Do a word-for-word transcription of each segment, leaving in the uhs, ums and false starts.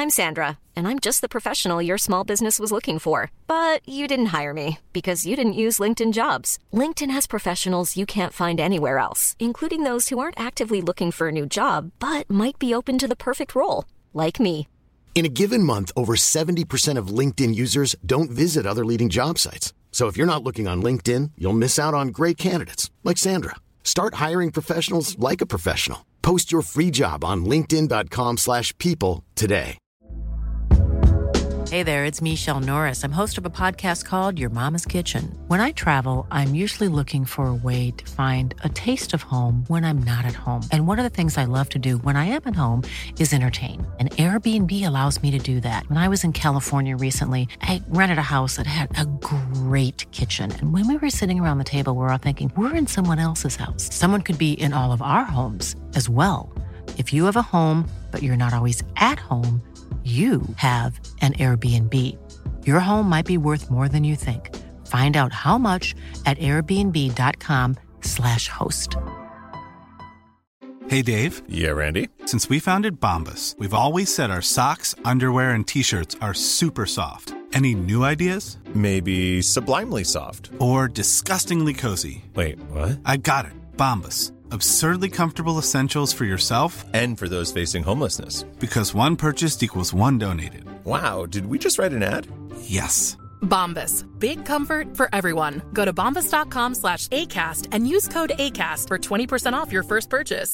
I'm Sandra, and I'm just the professional your small business was looking for. But you didn't hire me because you didn't use LinkedIn Jobs. LinkedIn has professionals you can't find anywhere else, including those who aren't actively looking for a new job, but might be open to the perfect role, like me. In a given month, over seventy percent of LinkedIn users don't visit other leading job sites. So if you're not looking on LinkedIn, you'll miss out on great candidates like Sandra. Start hiring professionals like a professional. Post your free job on linkedin.com slash people today. Hey there, it's Michelle Norris. I'm host of a podcast called Your Mama's Kitchen. When I travel, I'm usually looking for a way to find a taste of home when I'm not at home. And one of the things I love to do when I am at home is entertain. And Airbnb allows me to do that. When I was in California recently, I rented a house that had a great kitchen. And when we were sitting around the table, we were all thinking, we're in someone else's house. Someone could be in all of our homes as well. If you have a home, but you're not always at home, you have an Airbnb. Your home might be worth more than you think. Find out how much at airbnb.com slash host. Hey, Dave. Yeah, Randy. Since we founded Bombas, we've always said our socks, underwear, and T-shirts are super soft. Any new ideas? Maybe sublimely soft. Or disgustingly cozy. Wait, what? I got it. Bombas. Absurdly comfortable essentials for yourself and for those facing homelessness. Because one purchased equals one donated. Wow, did we just write an ad? Yes. Bombas. Big comfort for everyone. Go to bombas.com slash ACAST and use code ACAST for twenty percent off your first purchase.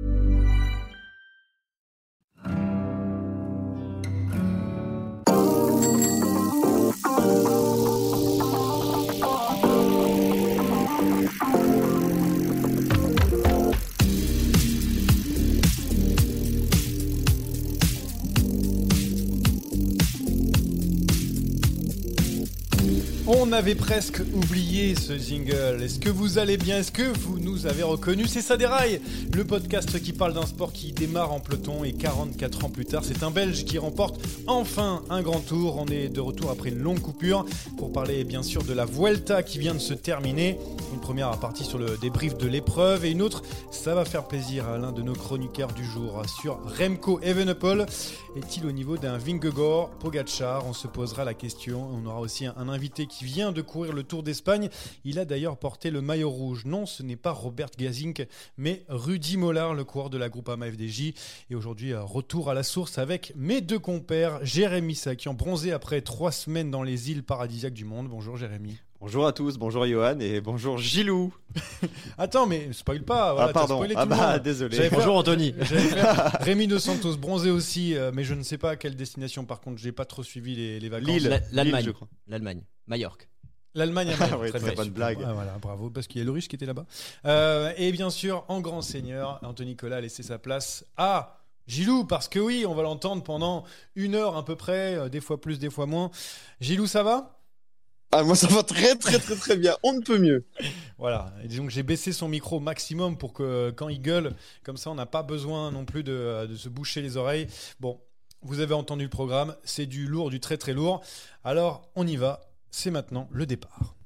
On avait presque oublié ce jingle. Est-ce que vous allez bien? Est-ce que vous nous avez reconnus? C'est Ça déraille, le podcast qui parle d'un sport qui démarre en peloton et quarante-quatre ans plus tard, c'est un Belge qui remporte enfin un grand tour. On est de retour après une longue coupure pour parler bien sûr de la Vuelta qui vient de se terminer. Une première partie sur le débrief de l'épreuve et une autre, ça va faire plaisir à l'un de nos chroniqueurs du jour sur Remco Evenepoel. Est-il au niveau d'un Vingegaard, Pogačar? On se posera la question. On aura aussi un, un invité qui vient de courir le Tour d'Espagne. Il a d'ailleurs porté le maillot rouge. Non, ce n'est pas Robert Gesink, mais Rudy Mollard, le coureur de la Groupama F D J. Et aujourd'hui, retour à la source avec mes deux compères, Jérémy Sakian, bronzé après trois semaines dans les îles paradisiaques du monde. Bonjour Jérémy. Bonjour à tous, bonjour Johan et bonjour Gilou. Attends, mais spoil pas. Voilà, ah pardon, ah bah désolé. J'allais bonjour faire, Anthony. J'allais faire Rémi Dos Santos bronzé aussi, euh, mais je ne sais pas à quelle destination. Par contre, j'ai pas trop suivi les, les vacances. Lille, L'Allemagne, Lille, je crois. L'Allemagne, Majorque. L'Allemagne a ah ouais, très, très bonne blague. Ah, voilà, bravo, parce qu'il y a le riche qui était là-bas. Euh, et bien sûr, en grand seigneur, Anthony Collat a laissé sa place à Gilou, parce que oui, on va l'entendre pendant une heure à peu près, euh, des fois plus, des fois moins. Gilou, ça va ? Ah, moi ça va très très très très bien, on ne peut mieux. Voilà, et disons que j'ai baissé son micro au maximum pour que quand il gueule, comme ça on n'a pas besoin non plus de, de se boucher les oreilles. Bon, vous avez entendu le programme, c'est du lourd, du très très lourd. Alors on y va, c'est maintenant le départ.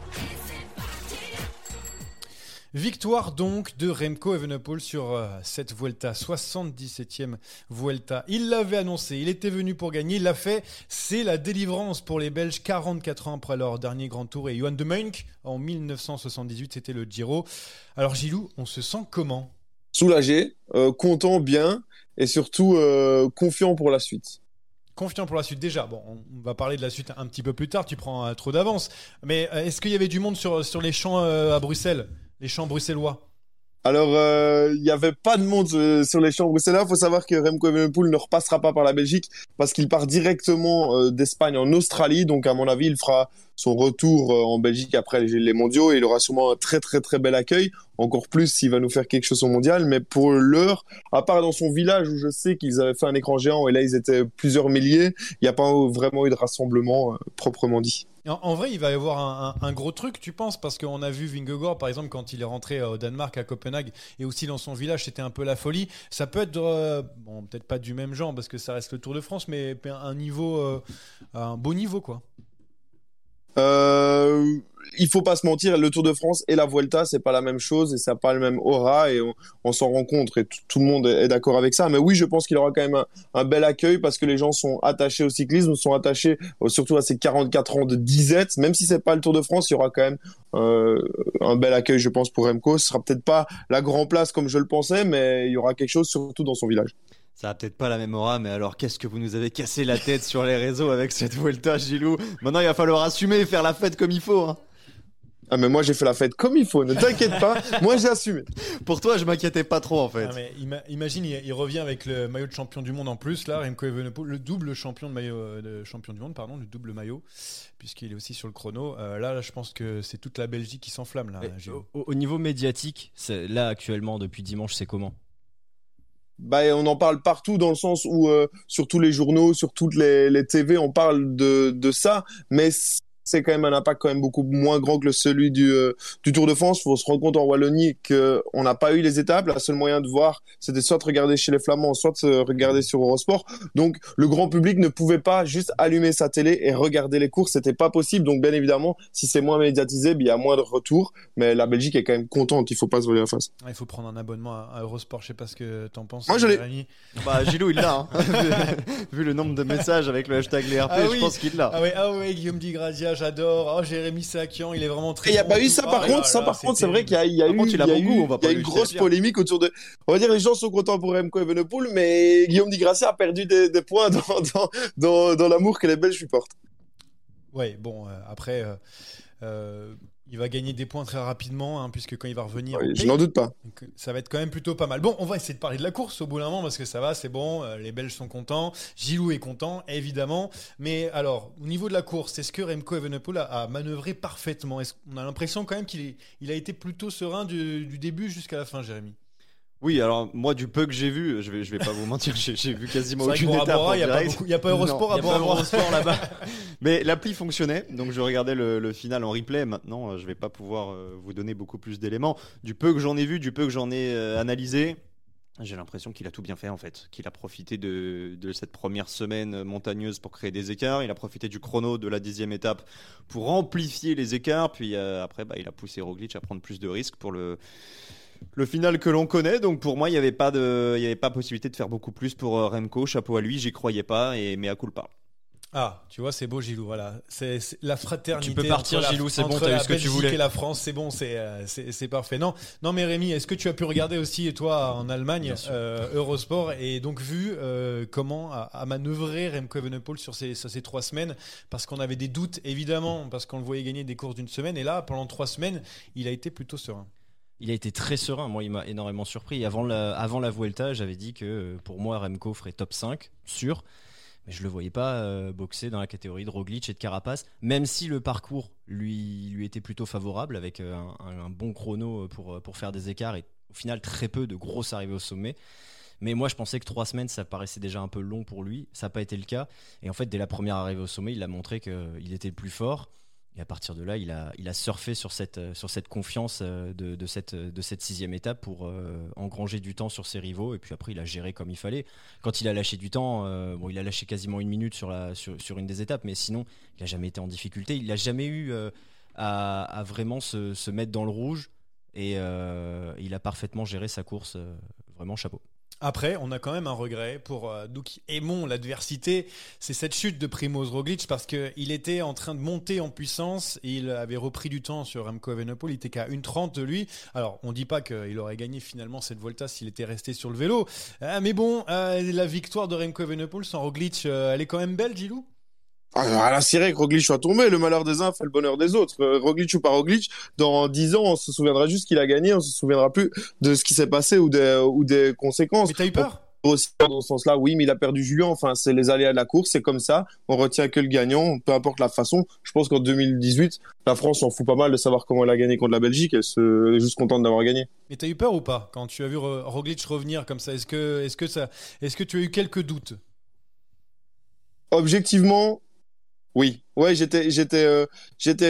Victoire donc de Remco Evenepoel sur euh, cette Vuelta, soixante-dix-septième Vuelta. Il l'avait annoncé, il était venu pour gagner, il l'a fait. C'est la délivrance pour les Belges, quarante-quatre ans après leur dernier grand tour. Et Johan de Muynck, en dix-neuf cent soixante-dix-huit, c'était le Giro. Alors Gilou, on se sent comment ? Soulagé, euh, content, bien et surtout euh, confiant pour la suite. Confiant pour la suite déjà. Bon, on va parler de la suite un petit peu plus tard, tu prends euh, trop d'avance. Mais euh, est-ce qu'il y avait du monde sur, sur les champs euh, à Bruxelles ? Les champs bruxellois? Alors, il euh, n'y avait pas de monde euh, sur les champs bruxellois. Il faut savoir que Remco Evenepoel ne repassera pas par la Belgique parce qu'il part directement euh, d'Espagne en Australie. Donc, à mon avis, il fera son retour euh, en Belgique après les, les mondiaux et il aura sûrement un très, très, très bel accueil. Encore plus s'il va nous faire quelque chose au mondial. Mais pour l'heure, à part dans son village où je sais qu'ils avaient fait un écran géant et là, ils étaient plusieurs milliers, il n'y a pas vraiment eu de rassemblement euh, proprement dit. En, en vrai, il va y avoir un, un, un gros truc, tu penses? Parce qu'on a vu Vingegaard, par exemple, quand il est rentré au Danemark, à Copenhague, et aussi dans son village, c'était un peu la folie. Ça peut être, euh, bon, peut-être pas du même genre, parce que ça reste le Tour de France, mais un niveau, euh, un beau niveau, quoi. Euh, il faut pas se mentir, le Tour de France et la Vuelta, c'est pas la même chose et ça n'a pas le même aura et on, on s'en rend compte et t- tout le monde est, est d'accord avec ça. Mais oui, je pense qu'il aura quand même un, un bel accueil parce que les gens sont attachés au cyclisme, sont attachés euh, surtout à ces quarante-quatre ans de disette. Même si c'est pas le Tour de France, il y aura quand même euh, un bel accueil, je pense, pour Remco. Ce sera peut-être pas la grande place comme je le pensais, mais il y aura quelque chose surtout dans son village. Ça a peut-être pas la même aura, mais alors qu'est-ce que vous nous avez cassé la tête sur les réseaux avec cette Vuelta, Gilou? Maintenant, il va falloir assumer et faire la fête comme il faut. Hein. Ah mais moi j'ai fait la fête comme il faut, ne t'inquiète pas, moi j'ai assumé. Pour toi, je m'inquiétais pas trop en fait. Ah, mais ima- imagine, il, il revient avec le maillot de champion du monde en plus, là, Remco Evenepoel, le double champion de maillot de champion du monde, pardon, le double maillot, puisqu'il est aussi sur le chrono. Euh, là, là, je pense que c'est toute la Belgique qui s'enflamme là. Au, au niveau médiatique, c'est, là actuellement depuis dimanche, c'est comment? Bah, on en parle partout dans le sens où euh, sur tous les journaux, sur toutes les, les T V, on parle de, de ça, mais c'est quand même un impact quand même beaucoup moins grand que le, celui du, euh, du Tour de France. Il faut se rendre compte en Wallonie qu'on n'a pas eu les étapes. La seule moyen de voir, c'était soit de regarder chez les Flamands, soit de regarder sur Eurosport. Donc, le grand public ne pouvait pas juste allumer sa télé et regarder les courses. C'était pas possible. Donc, bien évidemment, si c'est moins médiatisé, il y a moins de retours. Mais la Belgique est quand même contente. Il faut pas se voiler la face. Il faut prendre un abonnement à Eurosport. Je sais pas ce que t'en penses. Moi, je l'ai. Bah, Gilou, il l'a. Hein. vu, vu le nombre de messages avec le hashtag les R P, ah, je oui. pense qu'il l'a. Ah ouais, ah ouais, Guillaume Di Grazia, j'adore. Oh, Jérémy Sakian, il est vraiment très. Il y a bon pas eu ça par oh, contre, là, ça là, par contre, c'est terrible. vrai qu'il y a, il y a eu, contre, il a il y a bon eu, goût, on va il y a pas une lui grosse dire. polémique autour de. On va dire les gens sont contents pour Remco Evenepoel, mais Guillaume Di Grazia a perdu des, des points dans, dans, dans, dans l'amour que les Belges lui portent. Ouais, bon, euh, après. Euh, euh... Il va gagner des points très rapidement, hein, puisque quand il va revenir. Oui, je n'en doute pas. Donc, ça va être quand même plutôt pas mal. Bon, on va essayer de parler de la course au bout d'un moment, parce que ça va, c'est bon. Euh, les Belges sont contents. Gilou est content, évidemment. Mais alors, au niveau de la course, est-ce que Remco Evenepoel a, a manœuvré parfaitement? Est-ce qu'on a l'impression quand même qu'il est, il a été plutôt serein du, du début jusqu'à la fin, Jérémy? Oui, alors moi du peu que j'ai vu, je vais je vais pas vous mentir, j'ai, j'ai vu quasiment c'est aucune vrai étape en il y a direct. pas il y a pas Eurosport à Bora Bora là-bas. Mais l'appli fonctionnait, donc je regardais le, le final en replay. Maintenant, euh, je vais pas pouvoir euh, vous donner beaucoup plus d'éléments. Du peu que j'en ai vu, du peu que j'en ai euh, analysé, j'ai l'impression qu'il a tout bien fait en fait, qu'il a profité de, de cette première semaine montagneuse pour créer des écarts, il a profité du chrono de la dixième étape pour amplifier les écarts, puis euh, après bah, il a poussé Roglic à prendre plus de risques pour le Le final que l'on connaît, donc pour moi il n'y avait pas de, il y avait pas possibilité de faire beaucoup plus pour Remco. Chapeau à lui, j'y croyais pas et mea culpa. Ah, tu vois, c'est beau, Gilou. Voilà, c'est, c'est la fraternité. Tu peux partir, la, Gilou. C'est bon, t'as t'as eu eu ce que tu voulais. Et la France, c'est bon, c'est, euh, c'est, c'est parfait. Non, non, mais Rémi, est-ce que tu as pu regarder aussi, toi, en Allemagne, euh, Eurosport, et donc vu euh, comment a, a manœuvré Remco Evenepoel sur ces, sur ces trois semaines, parce qu'on avait des doutes, évidemment, parce qu'on le voyait gagner des courses d'une semaine, et là, pendant trois semaines, il a été plutôt serein. Il a été très serein, moi il m'a énormément surpris. Avant la, avant la Vuelta, j'avais dit que pour moi Remco ferait top cinq, sûr, mais je le voyais pas euh, boxer dans la catégorie de Roglic et de Carapaz, même si le parcours lui, lui était plutôt favorable, avec un, un, un bon chrono pour, pour faire des écarts et au final très peu de grosses arrivées au sommet. Mais moi je pensais que trois semaines ça paraissait déjà un peu long pour lui, ça n'a pas été le cas, et en fait dès la première arrivée au sommet il a montré qu'il était le plus fort. Et à partir de là, il a, il a surfé sur cette, sur cette confiance de, de, cette, de cette sixième étape pour euh, engranger du temps sur ses rivaux. Et puis après, il a géré comme il fallait. Quand il a lâché du temps, euh, bon, il a lâché quasiment une minute sur, la, sur, sur une des étapes, mais sinon, il n'a jamais été en difficulté. Il n'a jamais eu euh, à, à vraiment se, se mettre dans le rouge. Et euh, il a parfaitement géré sa course. Euh, vraiment, chapeau. Après, on a quand même un regret pour euh, nous qui aimons l'adversité, c'est cette chute de Primož Roglic, parce qu'il était en train de monter en puissance et il avait repris du temps sur Remco Evenepoel, il était qu'à une trente de lui. Alors, on ne dit pas qu'il aurait gagné finalement cette Vuelta s'il était resté sur le vélo, euh, mais bon, euh, la victoire de Remco Evenepoel sans Roglic, euh, elle est quand même belle, Gilou? Ah, là, c'est vrai que Roglic soit tombé, le malheur des uns fait le bonheur des autres. Euh, Roglic ou pas Roglic, dans dix ans, on se souviendra juste qu'il a gagné, on se souviendra plus de ce qui s'est passé ou des, ou des conséquences. Mais t'as eu peur? Aussi, dans ce sens-là, oui, mais il a perdu Julien. Enfin, c'est les aléas de la course, c'est comme ça. On retient que le gagnant, peu importe la façon. Je pense qu'en deux mille dix-huit, la France s'en fout pas mal de savoir comment elle a gagné contre la Belgique. Elle, se... elle est juste contente d'avoir gagné. Mais t'as eu peur ou pas quand tu as vu Roglic revenir comme ça? Est-ce que, est-ce que ça, est-ce que tu as eu quelques doutes? Objectivement, oui. Ouais, j'étais, j'étais, euh, j'étais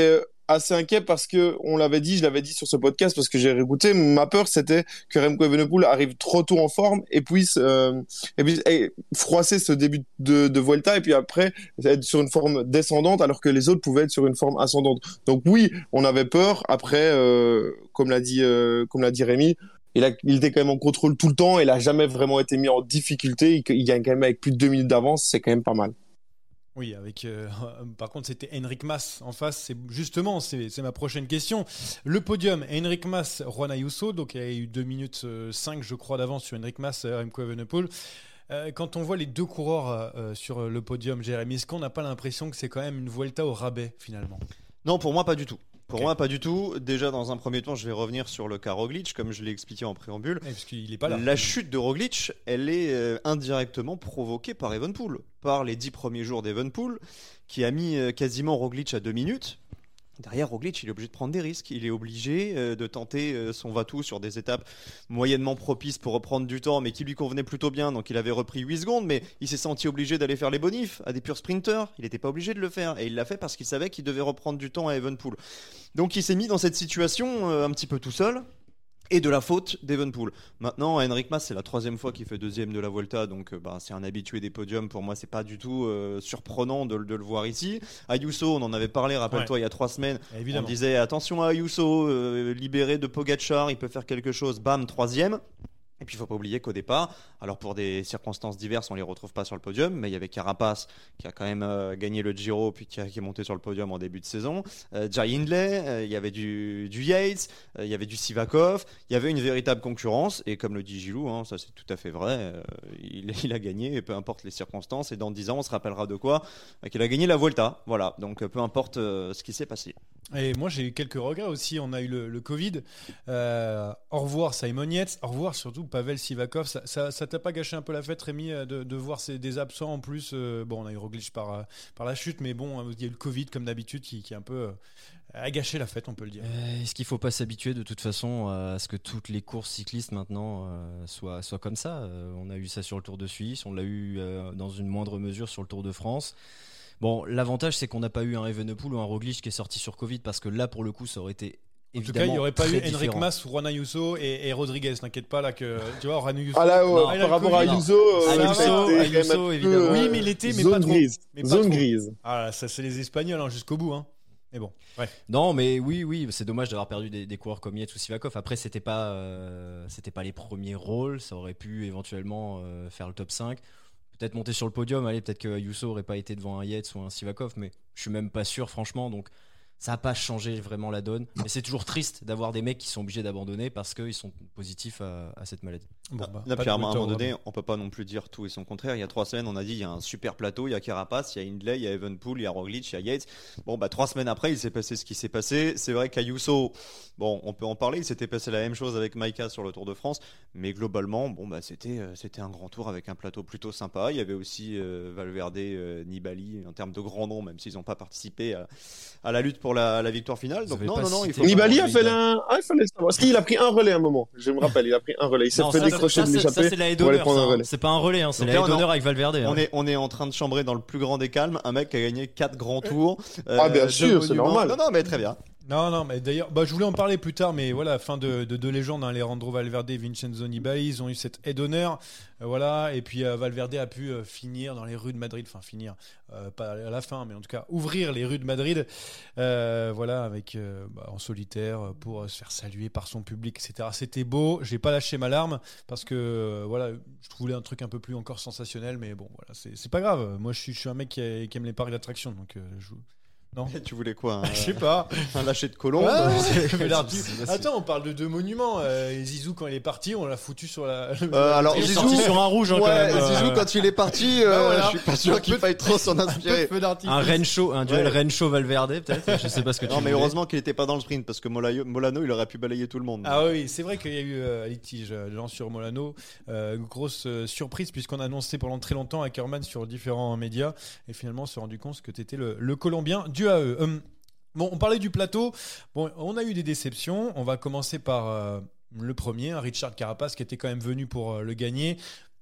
assez inquiet parce que on l'avait dit, je l'avais dit sur ce podcast parce que j'ai réécouté. Ma peur, c'était que Remco Evenepoel arrive trop tôt en forme et puisse euh, et puis et froisser ce début de, de Vuelta et puis après être sur une forme descendante alors que les autres pouvaient être sur une forme ascendante. Donc oui, on avait peur. Après, euh, comme l'a dit euh, comme l'a dit Rémi, il, a, il était quand même en contrôle tout le temps. Il a jamais vraiment été mis en difficulté. Il, il gagne quand même avec plus de deux minutes d'avance. C'est quand même pas mal. Oui, avec euh, par contre c'était Enric Mas en face. C'est justement c'est, c'est ma prochaine question. Le podium Enric Mas, Juan Ayuso, donc il y a eu deux minutes cinq je crois d'avance sur Enric Mas, Remco Evenepoel. Euh, quand on voit les deux coureurs euh, sur le podium, Jérémy, est-ce qu'on n'a pas l'impression que c'est quand même une Vuelta au rabais finalement ? Non, pour moi pas du tout. Pour Okay. moi, pas du tout. Déjà, dans un premier temps, je vais revenir sur le cas Roglic, comme je l'ai expliqué en préambule. Ouais, parce qu'il est pas là. La chute de Roglic, elle est euh, indirectement provoquée par Evenepoel, par les dix premiers jours d'Evenepoel, qui a mis euh, quasiment Roglic à deux minutes. Derrière, Roglic, il est obligé de prendre des risques. Il est obligé euh, de tenter euh, son va-tout sur des étapes moyennement propices pour reprendre du temps, mais qui lui convenaient plutôt bien. Donc, il avait repris huit secondes, mais il s'est senti obligé d'aller faire les bonifs à des purs sprinters. Il n'était pas obligé de le faire. Et il l'a fait parce qu'il savait qu'il devait reprendre du temps à Evenepoel. Donc, il s'est mis dans cette situation euh, un petit peu tout seul. Et de la faute d'Evenepoel. Maintenant, Enric Mas, c'est la troisième fois qu'il fait deuxième de la Vuelta, donc euh, bah, c'est un habitué des podiums. Pour moi, c'est pas du tout euh, surprenant de, de le voir ici. Ayuso, on en avait parlé, rappelle-toi, ouais. il y a trois semaines. Évidemment. On disait attention à Ayuso, euh, libéré de Pogacar, il peut faire quelque chose. Bam, troisième. Et puis il ne faut pas oublier qu'au départ, alors pour des circonstances diverses, on ne les retrouve pas sur le podium, mais il y avait Carapace qui a quand même euh, gagné le Giro, puis qui, a, qui est monté sur le podium en début de saison. Euh, Jai Hindley, euh, il y avait du, du Yates, euh, il y avait du Sivakov, il y avait une véritable concurrence, et comme le dit Gilou, hein, ça c'est tout à fait vrai, euh, il, il a gagné, et peu importe les circonstances, et dans dix ans on se rappellera de quoi euh, qu'il a gagné la Vuelta, voilà, donc euh, peu importe euh, ce qui s'est passé. Et moi j'ai eu quelques regrets aussi, on a eu le, le Covid, euh, au revoir Simon Yates, au revoir surtout Pavel Sivakov, ça, ça, ça t'a pas gâché un peu la fête Rémi de, de voir ces, des absents en plus, euh, bon on a eu Roglic par, par la chute, mais bon il y a eu le Covid comme d'habitude qui, qui est un peu euh, a gâché la fête on peut le dire. Euh, est-ce qu'il faut pas s'habituer de toute façon à ce que toutes les courses cyclistes maintenant euh, soient, soient comme ça, euh, on a eu ça sur le Tour de Suisse, on l'a eu euh, dans une moindre mesure sur le Tour de France. Bon, l'avantage c'est qu'on n'a pas eu un Evenepoel ou un Roglic qui est sorti sur Covid, parce que là pour le coup ça aurait été en tout cas, il n'y aurait pas eu différent. Enric Mas, Juan Ayuso et, et Rodriguez. T'inquiète pas là que tu vois, Juan Ayuso. Ah là, ouais, non, par rapport à Ayuso, euh, Ayuso, Ayuso, Ayuso évidemment. Euh, oui, mais il était, mais zone pas trop. Grise. Mais pas zone trop. grise. Ah, ça c'est les Espagnols hein, jusqu'au bout. Hein. Mais bon, ouais. Non, mais oui, oui, c'est dommage d'avoir perdu des, des coureurs comme Yates ou Sivakov. Après, c'était pas, euh, c'était pas les premiers rôles. Ça aurait pu éventuellement euh, faire le top cinq. Peut-être monter sur le podium. Allez, peut-être que Ayuso aurait pas été devant un Yates ou un Sivakov, mais je suis même pas sûr, franchement. Donc, ça n'a pas changé vraiment la donne. Mais c'est toujours triste d'avoir des mecs qui sont obligés d'abandonner parce qu'ils sont positifs à, à cette maladie. Bon, bah, Là, puis à un moment donné, hein. on peut pas non plus dire tout et son contraire. Il y a trois semaines, on a dit il y a un super plateau, il y a Carapace, il y a Hindley, il y a Evenepoel, il y a Roglic, il y a Yates. Bon, bah trois semaines après, il s'est passé ce qui s'est passé. C'est vrai qu'Ayuso, bon, on peut en parler. Il s'était passé la même chose avec Maïka sur le Tour de France, mais globalement, bon, bah c'était euh, c'était un grand tour avec un plateau plutôt sympa. Il y avait aussi euh, Valverde, euh, Nibali en termes de grands noms, même s'ils n'ont pas participé à, à la lutte pour la, la victoire finale. Vous Donc avez non, pas non, non, il cité faut. Nibali a Valverde. fait un. Ah, il fallait le savoir. Parce qu'il a pris un relais à un moment. Je me rappelle, il a pris un relais. Il s'est Non, fait ça, décrocher ça, de ça, l'échappée. ça, c'est la haie pour aller d'honneur, prendre un ça, hein. relais. C'est pas un relais, hein, c'est Donc la là, haie on en- d'honneur avec Valverde. hein. On est, on est en train de chambrer dans le plus grand des calmes un mec qui a gagné quatre grands tours. Ah, bien de sûr, c'est monuments. normal. Non, non, mais très bien. Non, non, mais d'ailleurs, bah, je voulais en parler plus tard, mais voilà, fin de deux de légendes, hein, Alejandro Valverde et Vincenzo Nibali, ils ont eu cette aide d'honneur, euh, voilà, et puis euh, Valverde a pu euh, finir dans les rues de Madrid, enfin finir, euh, pas à la fin, mais en tout cas ouvrir les rues de Madrid, euh, voilà, avec euh, bah, en solitaire pour euh, se faire saluer par son public, et cetera. C'était beau, j'ai pas lâché ma larme parce que euh, voilà, je voulais un truc un peu plus encore sensationnel, mais bon, voilà, c'est c'est pas grave. Moi, je suis, je suis un mec qui, a- qui aime les parcs d'attractions, donc euh, je non. Tu voulais quoi un, Je sais pas. un lâcher de colombe Ah, c'est- mais là, c'est- c'est- attends, on parle de deux monuments. Euh, Zizou, quand il est parti, on l'a foutu sur la. Euh, alors, Il est Zizou, sorti sur un rouge, hein, quand ouais, même. Zizou, Euh, quand il est parti, euh, Bah voilà. je suis pas sûr Un qu'il peu de- faille trop s'en un peu de inspirer. feu d'artifice. Un Rencho, un duel Ouais. Rencho Valverde peut-être. Je sais pas ce que tu Non, mais voulais. heureusement qu'il était pas dans le sprint parce que Mola- Molano, il aurait pu balayer tout le monde. Ah oui, c'est vrai qu'il y a eu euh, un litige euh, Jean sur Molano. Euh, grosse euh, surprise puisqu'on a annoncé pendant très longtemps Ackermann sur différents médias et finalement on s'est rendu compte que tu étais le, le Colombien dû à eux. Hum, bon, on parlait du plateau. Bon, on a eu des déceptions. On va commencer par euh, le premier, hein, Richard Carapace, qui était quand même venu pour euh, le gagner.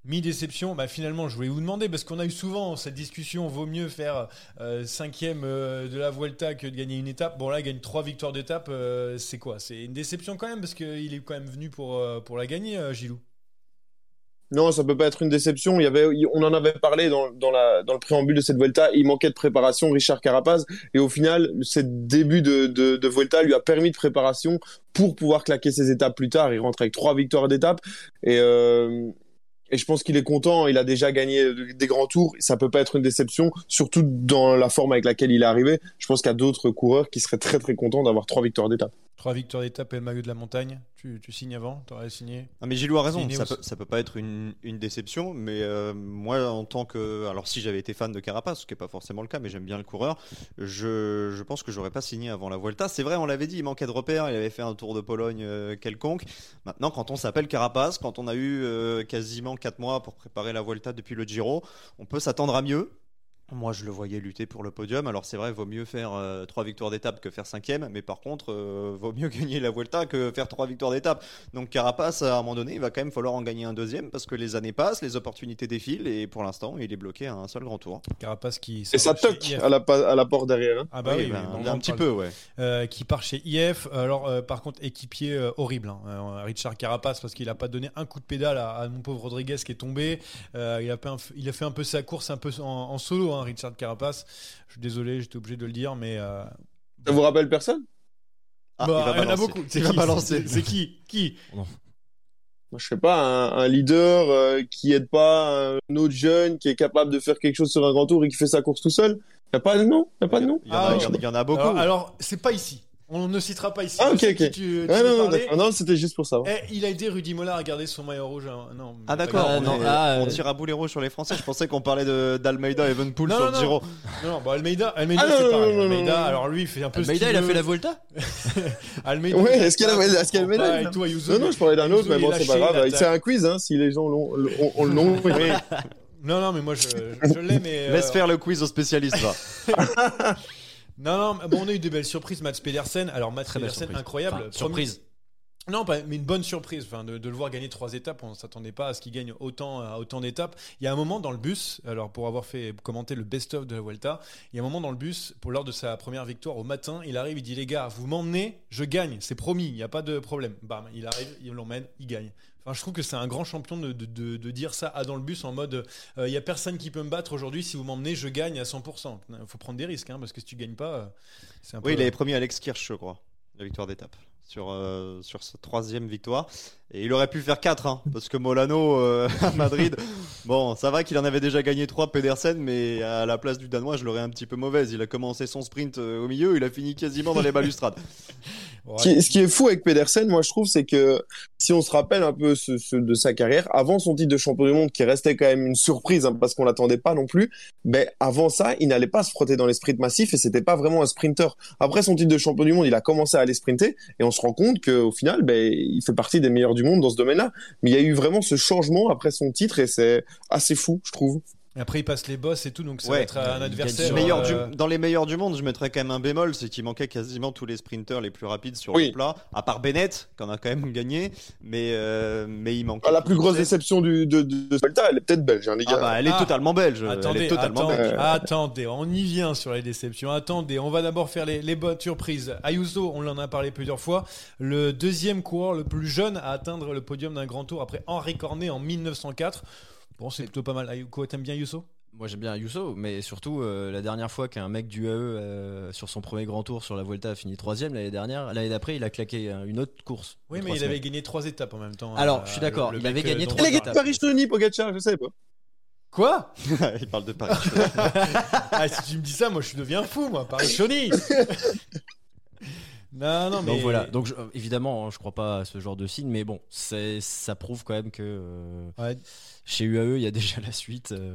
Mi-déception, bah finalement, je voulais vous demander, parce qu'on a eu souvent cette discussion, vaut mieux faire euh, cinquième euh, de la Vuelta que de gagner une étape. Bon là, il gagne trois victoires d'étape, euh, c'est quoi ? C'est une déception quand même, parce qu'il est quand même venu pour, euh, pour la gagner, euh, Gilou. Non, ça peut pas être une déception. Il y avait, on en avait parlé dans, dans, la, dans le préambule de cette Vuelta. Il manquait de préparation, Richard Carapaz. Et au final, ce début de, de, de Vuelta lui a permis de préparation pour pouvoir claquer ses étapes plus tard. Il rentre avec trois victoires d'étape. Et, euh, et je pense qu'il est content. Il a déjà gagné des grands tours. Ça peut pas être une déception, surtout dans la forme avec laquelle il est arrivé. Je pense qu'il y a d'autres coureurs qui seraient très très contents d'avoir trois victoires d'étape. Trois victoires d'étape et le maillot de la montagne. Tu, tu signes avant ? T'aurais signé ? Ah mais Gilou a raison, ça peut, ça peut pas être une, une déception, mais euh, moi en tant que... Alors si j'avais été fan de Carapaz, ce qui n'est pas forcément le cas, mais j'aime bien le coureur, je, je pense que j'aurais pas signé avant la Vuelta. C'est vrai, on l'avait dit, il manquait de repères, il avait fait un Tour de Pologne euh, quelconque. Maintenant, quand on s'appelle Carapaz, quand on a eu euh, quasiment quatre mois pour préparer la Vuelta depuis le Giro, on peut s'attendre à mieux. Moi, je le voyais lutter pour le podium. Alors, c'est vrai, vaut mieux faire euh, trois victoires d'étape que faire cinquième. Mais par contre, euh, vaut mieux gagner la Vuelta que faire trois victoires d'étape. Donc, Carapaz, à un moment donné, il va quand même falloir en gagner un deuxième parce que les années passent, les opportunités défilent. Et pour l'instant, il est bloqué à un seul grand tour. Carapaz qui... Et ça toque à la, à la porte derrière. Hein. Ah bah oui, oui, ben, oui, un petit peu, ouais. Euh, qui part chez I F. Alors, euh, par contre, équipier euh, horrible. Hein. Euh, Richard Carapaz, parce qu'il n'a pas donné un coup de pédale à, à mon pauvre Rodriguez qui est tombé. Euh, il, a un, il a fait un peu sa course un peu en, en solo, hein, Richard Carapaz. Je suis désolé, j'étais obligé de le dire, mais. Euh... Ça vous rappelle personne ? Ah, bah, il, il y en a beaucoup. C'est il qui, va balancer. C'est, c'est qui Qui Moi, je sais pas, un, un leader euh, qui aide pas un autre jeune qui est capable de faire quelque chose sur un grand tour et qui fait sa course tout seul. Y a pas de nom ? Y a pas de nom ? Il y en a, ah, il y en a, il y en a beaucoup. Alors, alors, c'est pas ici. On ne citera pas ici. Ah, ok, ok. Tu, tu ah, non, non, parlais. non, c'était juste pour ça. Eh, il a aidé Rudy Mollard à garder son maillot rouge. Hein. Non, ah, d'accord. Ah, on, non, est, ah, on euh... tire à boulet rouge sur les Français. Je pensais qu'on parlait de, d'Almeida et Evenepoel non, sur non, le non. Giro. Non, non, bon, Almeida, Almeida ah, c'est non, pareil. Non, non, Almeida, non, alors lui, il fait un peu. Almeida, il a fait la Volta. Almeida. Ouais, est-ce qu'il a, est-ce qu'il a Almeida et toi, Yuzo, Non, non, je parlais d'un autre, mais bon, c'est pas grave. C'est C'est un quiz, hein, si les gens l'ont. On le nom. Non, non, mais moi, je, je l'ai, mais. Laisse faire le quiz aux spécialistes, va. Non, non, bon, on a eu des belles surprises. Mats Pedersen, alors Mats Pedersen, incroyable. Enfin, surprise. Non, pas, mais une bonne surprise, enfin, de, de le voir gagner trois étapes. On ne s'attendait pas à ce qu'il gagne autant, à autant d'étapes. Il y a un moment dans le bus, alors pour avoir fait commenter le best-of de la Vuelta, il y a un moment dans le bus, pour lors de sa première victoire au matin, il arrive, il dit les gars, vous m'emmenez, je gagne, c'est promis, il n'y a pas de problème. Bam, il arrive, il l'emmène, il gagne. Enfin, je trouve que c'est un grand champion de, de, de, de dire ça à dans le bus en mode il euh, n'y a personne qui peut me battre aujourd'hui, si vous m'emmenez, je gagne à cent pour cent. Il faut prendre des risques, hein, parce que si tu gagnes pas, euh, c'est un peu. Oui, il avait promis Alex Kirch, je crois, la victoire d'étape. Sur, euh, sur sa troisième victoire. Et il aurait pu faire quatre, hein, parce que Molano euh, à Madrid, bon, ça va qu'il en avait déjà gagné trois, Pedersen, mais à la place du Danois, je l'aurais un petit peu mauvaise. Il a commencé son sprint euh, au milieu, il a fini quasiment dans les balustrades. Ouais. Ce, qui, ce qui est fou avec Pedersen, moi je trouve, c'est que si on se rappelle un peu ce, ce, de sa carrière, avant son titre de champion du monde, qui restait quand même une surprise, hein, parce qu'on l'attendait pas non plus, ben avant ça, il n'allait pas se frotter dans les sprints massifs et c'était pas vraiment un sprinter. Après son titre de champion du monde, il a commencé à aller sprinter et on se rend compte qu'au final, ben il fait partie des meilleurs du monde dans ce domaine-là. Mais il y a eu vraiment ce changement après son titre et c'est assez fou, je trouve. Et après, il passe les bosses et tout, donc ça ouais, va être un adversaire. Meilleur euh... du, dans les meilleurs du monde, je mettrais quand même un bémol, c'est qu'il manquait quasiment tous les sprinters les plus rapides sur oui. le plat, à part Bennett, qu'on a quand même gagné, mais, euh, mais il manquait. Ah, la plus grosse déception du, de, de, de Vuelta, elle est peut-être belge, hein, les gars. Ah bah, elle est ah, totalement belge. Attendez, elle est totalement attendez, belge. attendez, on y vient sur les déceptions. Attendez, on va d'abord faire les, les bonnes surprises. Ayuso, on en a parlé plusieurs fois, le deuxième coureur le plus jeune à atteindre le podium d'un grand tour après Henri Cornet en mille neuf cent quatre. Bon, c'est plutôt pas mal. Ayuso, t'aimes bien Ayuso ? Moi j'aime bien Ayuso, mais surtout euh, la dernière fois qu'un mec du A E euh, sur son premier grand tour sur la Vuelta a fini troisième, l'année dernière, l'année d'après il a claqué euh, une autre course. Oui, mais il semaines. avait gagné trois étapes en même temps. Alors euh, je suis d'accord, le, le il avait gagné euh, trois étapes. Il a gagné Paris-Chauny, Pogacar, je sais pas. Quoi ? Il parle de Paris. Ah, si tu me dis ça, moi je deviens fou, moi. Paris-Chauny. Non, non, mais donc voilà. Donc je, évidemment, je crois pas à ce genre de signe, mais bon, c'est, ça prouve quand même que euh, ouais. chez U A E, il y a déjà la suite. Euh...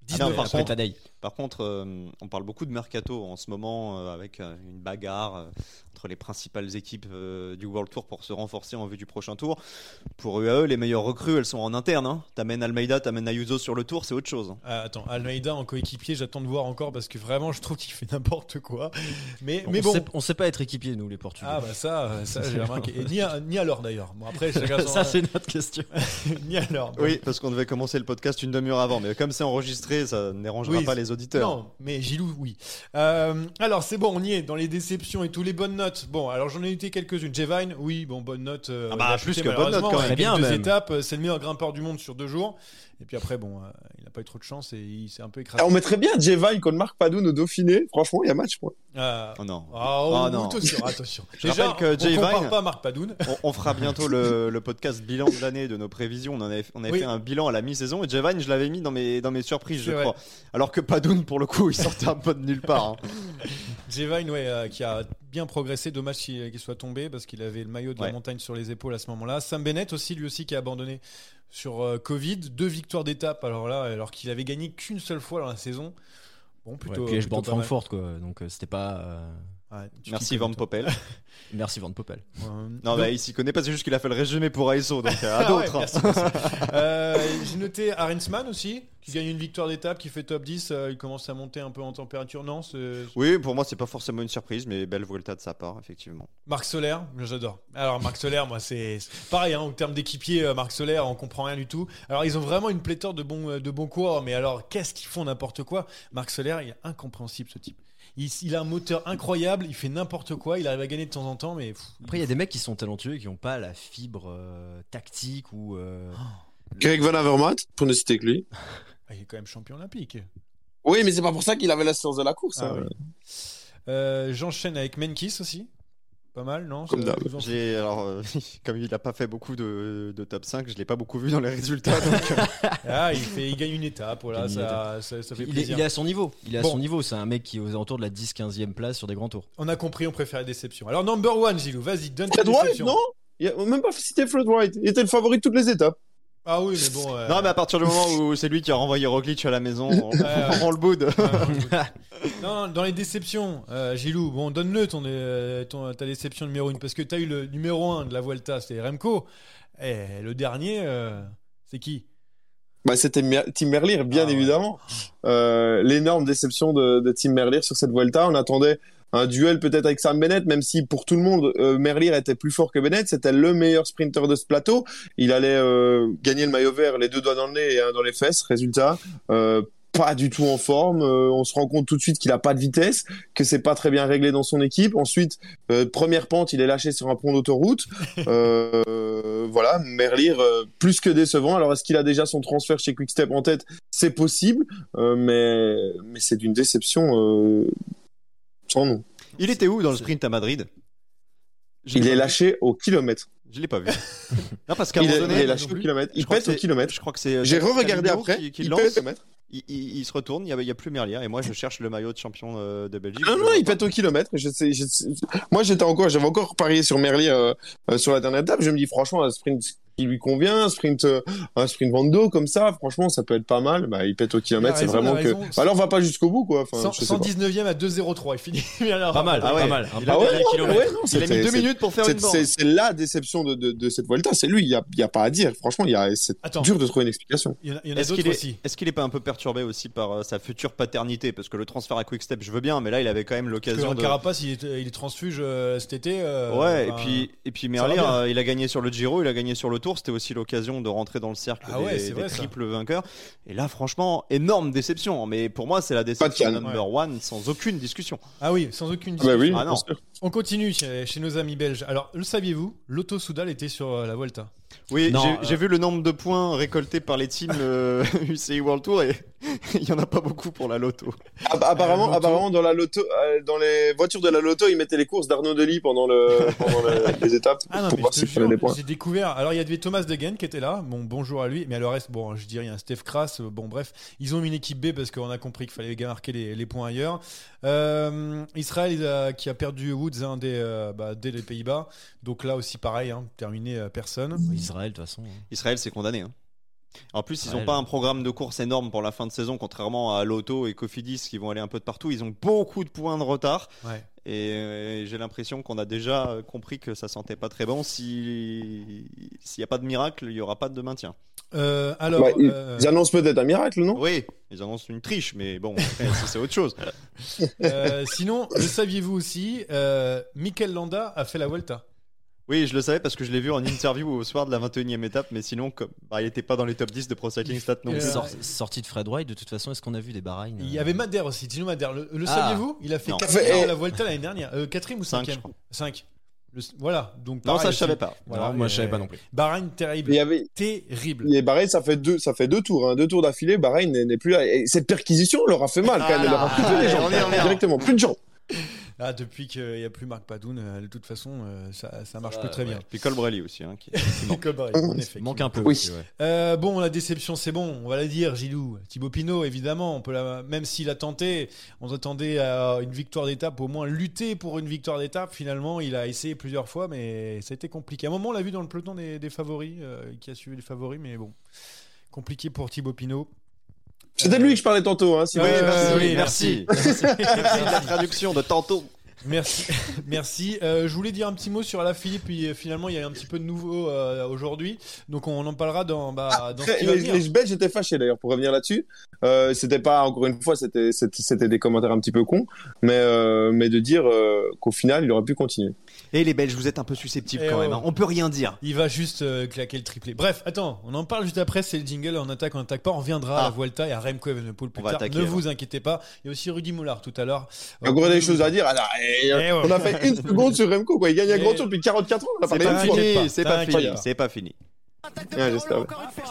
dix-neuf Ah non, par après. contre, par contre euh, on parle beaucoup de mercato en ce moment euh, avec euh, une bagarre euh, entre les principales équipes euh, du World Tour pour se renforcer en vue du prochain tour. Pour U A E, les meilleures recrues, elles sont en interne. Hein. T'amènes Almeida, t'amènes Ayuso sur le tour, c'est autre chose. Ah, attends, Almeida en coéquipier, j'attends de voir encore parce que vraiment, je trouve qu'il fait n'importe quoi. Mais, mais on bon. Sait, on sait pas être équipier, nous, les Portugais. Ah, bah ça, ça j'ai remarqué. Et ni, à, ni alors d'ailleurs. Bon, après, chacun son- Ça, c'est notre question. ni alors. Bon. Oui, parce qu'on devait commencer le podcast une demi-heure avant, mais comme c'est enregistré, ça ne dérangera Oui, pas les auditeurs. Non, mais Gilou, oui. Euh, alors, c'est bon, on y est, dans les déceptions et tout, les bonnes notes. Bon, alors j'en ai noté quelques-unes. Jevine, oui, bon, bonne note. Euh, Ah bah, il a plus chuté, que bonne note, malheureusement. quand même. Il a Très bien, gagné deux même. étapes, c'est le meilleur grimpeur du monde sur deux jours. Et puis après, bon, euh, il n'a pas eu trop de chance et il s'est un peu écrasé. Ah, on mettrait bien Jevine contre Marc Padoun au Dauphiné. Franchement, il y a match, quoi. Euh, Oh non. Ah, oh, Oh non. attention, attention. Je Déjà, rappelle que on Jay compare Vine- pas Marc Padoun. On, on fera bientôt le, le podcast bilan de l'année de nos prévisions. On, en avait, on avait Oui. fait un bilan à la mi-saison et Jevine, je l'avais mis dans mes, dans mes surprises, C'est je vrai. crois. Alors que Padoun, pour le coup, il sortait un peu de nulle part. Hein. Jevine, ouais, euh, qui a bien progressé. Dommage qu'il qu'il soit tombé parce qu'il avait le maillot de la Ouais. montagne sur les épaules à ce moment-là. Sam Bennett aussi, lui aussi, qui a abandonné sur euh, Covid. Deux victoires d'étape, alors là, alors qu'il avait gagné qu'une seule fois dans la saison. Bon, plutôt. Ouais, piège plutôt bande pas mal. Francfort, quoi. Donc, euh, c'était pas. euh, Ouais, tu Merci t'y Van connais, toi. Poppel. Merci Van Poppel. Ouais. Non, bah, il s'y connaît pas, c'est juste qu'il a fait le résumé pour A S O, donc euh, à Ah ouais, d'autres. hein. merci, merci. Euh, J'ai noté Arensman aussi, qui gagne une victoire d'étape, qui fait top dix. euh, il commence à monter un peu en température. Non, c'est. Oui, pour moi, c'est pas forcément une surprise, mais belle Vuelta de sa part, effectivement. Marc Soler, j'adore. Alors Marc Soler, moi c'est c'est pareil, hein, en termes d'équipier, euh, Marc Soler, on comprend rien du tout. Alors ils ont vraiment une pléthore de bons, euh, de bons coureurs, mais alors qu'est-ce qu'ils font n'importe quoi. Marc Soler, il est incompréhensible ce type. Il, il a un moteur incroyable, il fait n'importe quoi, il arrive à gagner de temps en temps, mais pff, Après, il y a des mecs qui sont talentueux et qui n'ont pas la fibre euh, tactique ou. euh, Greg Van Avermaet, pour ne citer que lui. ah, il est quand même champion olympique. Oui, mais c'est pas pour ça qu'il avait la science de la course. Ah hein. oui. Euh, J'enchaîne avec Menkis aussi. Pas mal, non Comme Ça- d'hab. vous en- J'ai, alors, euh, comme il a pas fait beaucoup de, de top cinq, je l'ai pas beaucoup vu dans les résultats. donc, euh, Ah, il, fait, il gagne une étape, voilà, Il gagne une ça, ça, ça fait Il est, plaisir. il est à son niveau. Il est à Bon. son niveau. C'est un mec qui est aux alentours de la dix quinzième place sur des grands tours. On a compris, on préfère la déception. Alors number one, Gilou, vas-y, donne ta Fred White, déception. non Il a même pas cité Fred White. Il était le favori de toutes les étapes. Ah oui, mais bon. euh, Non, mais à partir du moment où c'est lui qui a renvoyé Roglic à la maison, on, Ouais. on rend le bout de. Non, dans les déceptions, euh, Gilou, bon, donne-le ton, euh, ton- ta déception numéro une, parce que tu as eu le numéro un de la Vuelta, c'était Remco. Et le dernier, euh, c'est qui Bah, c'était Mer- Tim Merlier, bien Ah ouais. évidemment. Euh, l'énorme déception de, de Tim Merlier sur cette Vuelta. On attendait un duel peut-être avec Sam Bennett, même si pour tout le monde, euh, Merlier était plus fort que Bennett. C'était le meilleur sprinter de ce plateau. Il allait euh, gagner le maillot vert, les deux doigts dans le nez et un dans les fesses. Résultat, euh, pas du tout en forme. Euh, on se rend compte tout de suite qu'il a pas de vitesse, que c'est pas très bien réglé dans son équipe. Ensuite, euh, première pente, il est lâché sur un pont d'autoroute. Euh, voilà, Merlier euh, plus que décevant. Alors est-ce qu'il a déjà son transfert chez Quick-Step en tête? C'est possible, euh, mais mais c'est d'une déception euh, sans nom. Il était où dans le sprint à Madrid? Je l'ai Il pas est vu. lâché au kilomètre. Je l'ai pas vu. Non, parce qu'à un Il est, moment il donné, est lâché au kilomètre. Il je crois pète que au c'est- kilomètre. Je crois que c'est. euh, J'ai Camilo re-regardé après. Qui, qui il lance. pète au kilomètre. Il, il- il se retourne, il n'y a, il y a plus Merlier, et moi je cherche le maillot de champion euh, de Belgique. Non, je non, le il vois pète au kilomètre. Je sais, je sais- Moi, j'étais encore, j'avais encore parié sur Merlier euh, euh, sur la dernière étape. Je me dis, franchement, un sprint qui lui convient, un sprint, euh, un sprint Vando comme ça, franchement, ça peut être pas mal. Bah, il pète au kilomètre, Il a c'est raison, vraiment il a que. raison. Bah, alors, on va pas jusqu'au bout, quoi. Enfin, Cent- je sais pas. cent dix-neuvième à deux zéro trois, il finit bien là. Pas mal, Ah ouais. pas mal. Un Il bon a- Ah ouais, dernier non, kilomètre. ouais, non, Il a c'était- mis deux c'est- minutes pour faire c'est- une borne. C'est c'est la déception de, de, de cette Vuelta, c'est lui. Il y a, il y a pas à dire. Franchement, il y a, c'est Attends. dur de trouver une explication. Il y en a, il y en a Est-ce d'autres qu'il est, aussi. est-ce qu'il est pas un peu perturbé aussi par euh, sa future paternité? Parce que le transfert à Quick-Step, je veux bien, mais là, il avait quand même Parce l'occasion que de. Carapace, il est, il est transfuge euh, cet été. euh, Ouais, et enfin, puis, et puis ça Merlier, va bien. euh, il a gagné sur le Giro, il a gagné sur le Tour. C'était aussi l'occasion de rentrer dans le cercle Ah des, ouais, c'est des vrai, ça. triples vainqueurs. Et là, franchement, énorme déception. Mais pour moi, c'est la déception canne. number one, sans aucune discussion. Ah oui, sans aucune Ah bah discussion. oui, Ah non. bien sûr. On continue chez, chez nos amis belges. Alors, le saviez-vous, Lotto Soudal était sur euh, la Vuelta. Oui, Non, j'ai euh, j'ai vu le nombre de points récoltés par les teams euh, U C I World Tour et il y en a pas beaucoup pour la Loto. Ah, bah, apparemment, Euh, Lotto. apparemment, dans la loto, euh, dans les voitures de la loto, ils mettaient les courses d'Arnaud Delis pendant le, pendant le- les étapes Ah non, pour mais voir je te s'il prenait des jure, points. j'ai découvert. Alors, il y avait Thomas Degen qui était là. Bon, bonjour à lui. Mais le reste, bon, je dis rien. Steph Kras, euh, bon, bref. Ils ont mis une équipe B parce qu'on a compris qu'il fallait marquer les, les points ailleurs. Euh, Israël il a- qui a perdu Woods hein, dès, euh, bah, dès les Pays-Bas. Donc là aussi, pareil, hein, terminé euh, personne. Israël, de toute façon. hein. Israël, c'est condamné. Hein. En plus, ils n'ont Ouais, pas je- un programme de course énorme pour la fin de saison, contrairement à Lotto et Cofidis qui vont aller un peu de partout. Ils ont beaucoup de points de retard. Ouais. Et euh, j'ai l'impression qu'on a déjà compris que ça sentait pas très bon. Si- S'il n'y a pas de miracle, il n'y aura pas de maintien. Euh, alors, Bah, ils, euh, ils annoncent peut-être un miracle, non? Oui, ils annoncent une triche, mais bon, après, ça, c'est autre chose. euh, sinon, le saviez-vous aussi, euh, Mikel Landa a fait la Vuelta. Oui, je le savais parce que je l'ai vu en interview au soir de la vingt et unième étape, mais sinon, comme, bah, il n'était pas dans les top dix de Pro Cycling Stats non Euh, plus. Sor- sortie de Fred White, de toute façon, est-ce qu'on a vu des Bahreïn Il y avait Madère aussi, Tino Madère. Le, le Ah. saviez-vous? Il a fait Non. quatrième Fait- à la Vuelta l'année dernière. Euh, quatrième ou Cinq, cinquième? je crois. Cinq. Le- voilà. Donc, Non, pareil ça, je aussi. savais pas. Voilà, Non, moi, je et- savais pas non plus. Bahreïn, Il terrible. y avait, Terrible. il est Bahreïn, ça fait deux, ça fait deux tours, hein, deux tours d'affilée. Bahreïn n'est n'est plus là. Et cette perquisition leur a fait mal quand même. Elle leur a coupé les jambes on y revient. directement, plus de jambes. Ah, depuis qu'il n'y a plus Marc Padoun, euh, de toute façon, euh, ça, ça marche Ça, plus très ouais. bien. Puis Colbrelli aussi. Hein, qui... Comme Bahreïn, en effet. Il manque un peu. Oui. aussi, ouais. Euh, bon, la déception, c'est bon, on va la dire, Gilou. Thibaut Pinot, évidemment, on peut la... même s'il a tenté, on attendait à une victoire d'étape, au moins lutter pour une victoire d'étape. Finalement, il a essayé plusieurs fois, mais ça a été compliqué. À un moment, on l'a vu dans le peloton des, des favoris, euh, qui a suivi les favoris, mais bon, compliqué pour Thibaut Pinot. C'était de lui que je parlais tantôt. Hein, si Ouais, vous- merci, Euh, oui, merci. Merci. Merci de la traduction de tantôt. Merci, merci. Euh, je voulais dire un petit mot sur Alaphilippe, puis euh, finalement il y a un petit peu de nouveau euh, aujourd'hui, donc on en parlera dans, bah, dans ce qui va les, venir. les Belges étaient fâchés d'ailleurs pour revenir là-dessus. Euh, c'était pas encore une fois, c'était c'était, c'était des commentaires un petit peu cons, mais euh, mais de dire euh, qu'au final il aurait pu continuer. Et les Belges, vous êtes un peu susceptibles Eh quand oh. même. Hein. On peut rien dire. Il va juste euh, claquer le triplé. Bref, attends, on en parle juste après, c'est le jingle, on attaque, on attaque pas, on reviendra à Ah. la Vuelta et à Remco Evenepoel plus On va tard. attaquer, ne alors. vous inquiétez pas. Il y a aussi Rudy Mollard tout à l'heure. Il y a encore des choses à dire. Alors, eh, Eh ouais. on a fait une seconde sur Remco, quoi. Il gagne un Eh. grand tour depuis quarante-quatre ans. On a C'est parlé pas une fois. t'inquiète fini. pas, C'est pas t'inquiète fini. pas. C'est pas fini. Ouais, j'espère.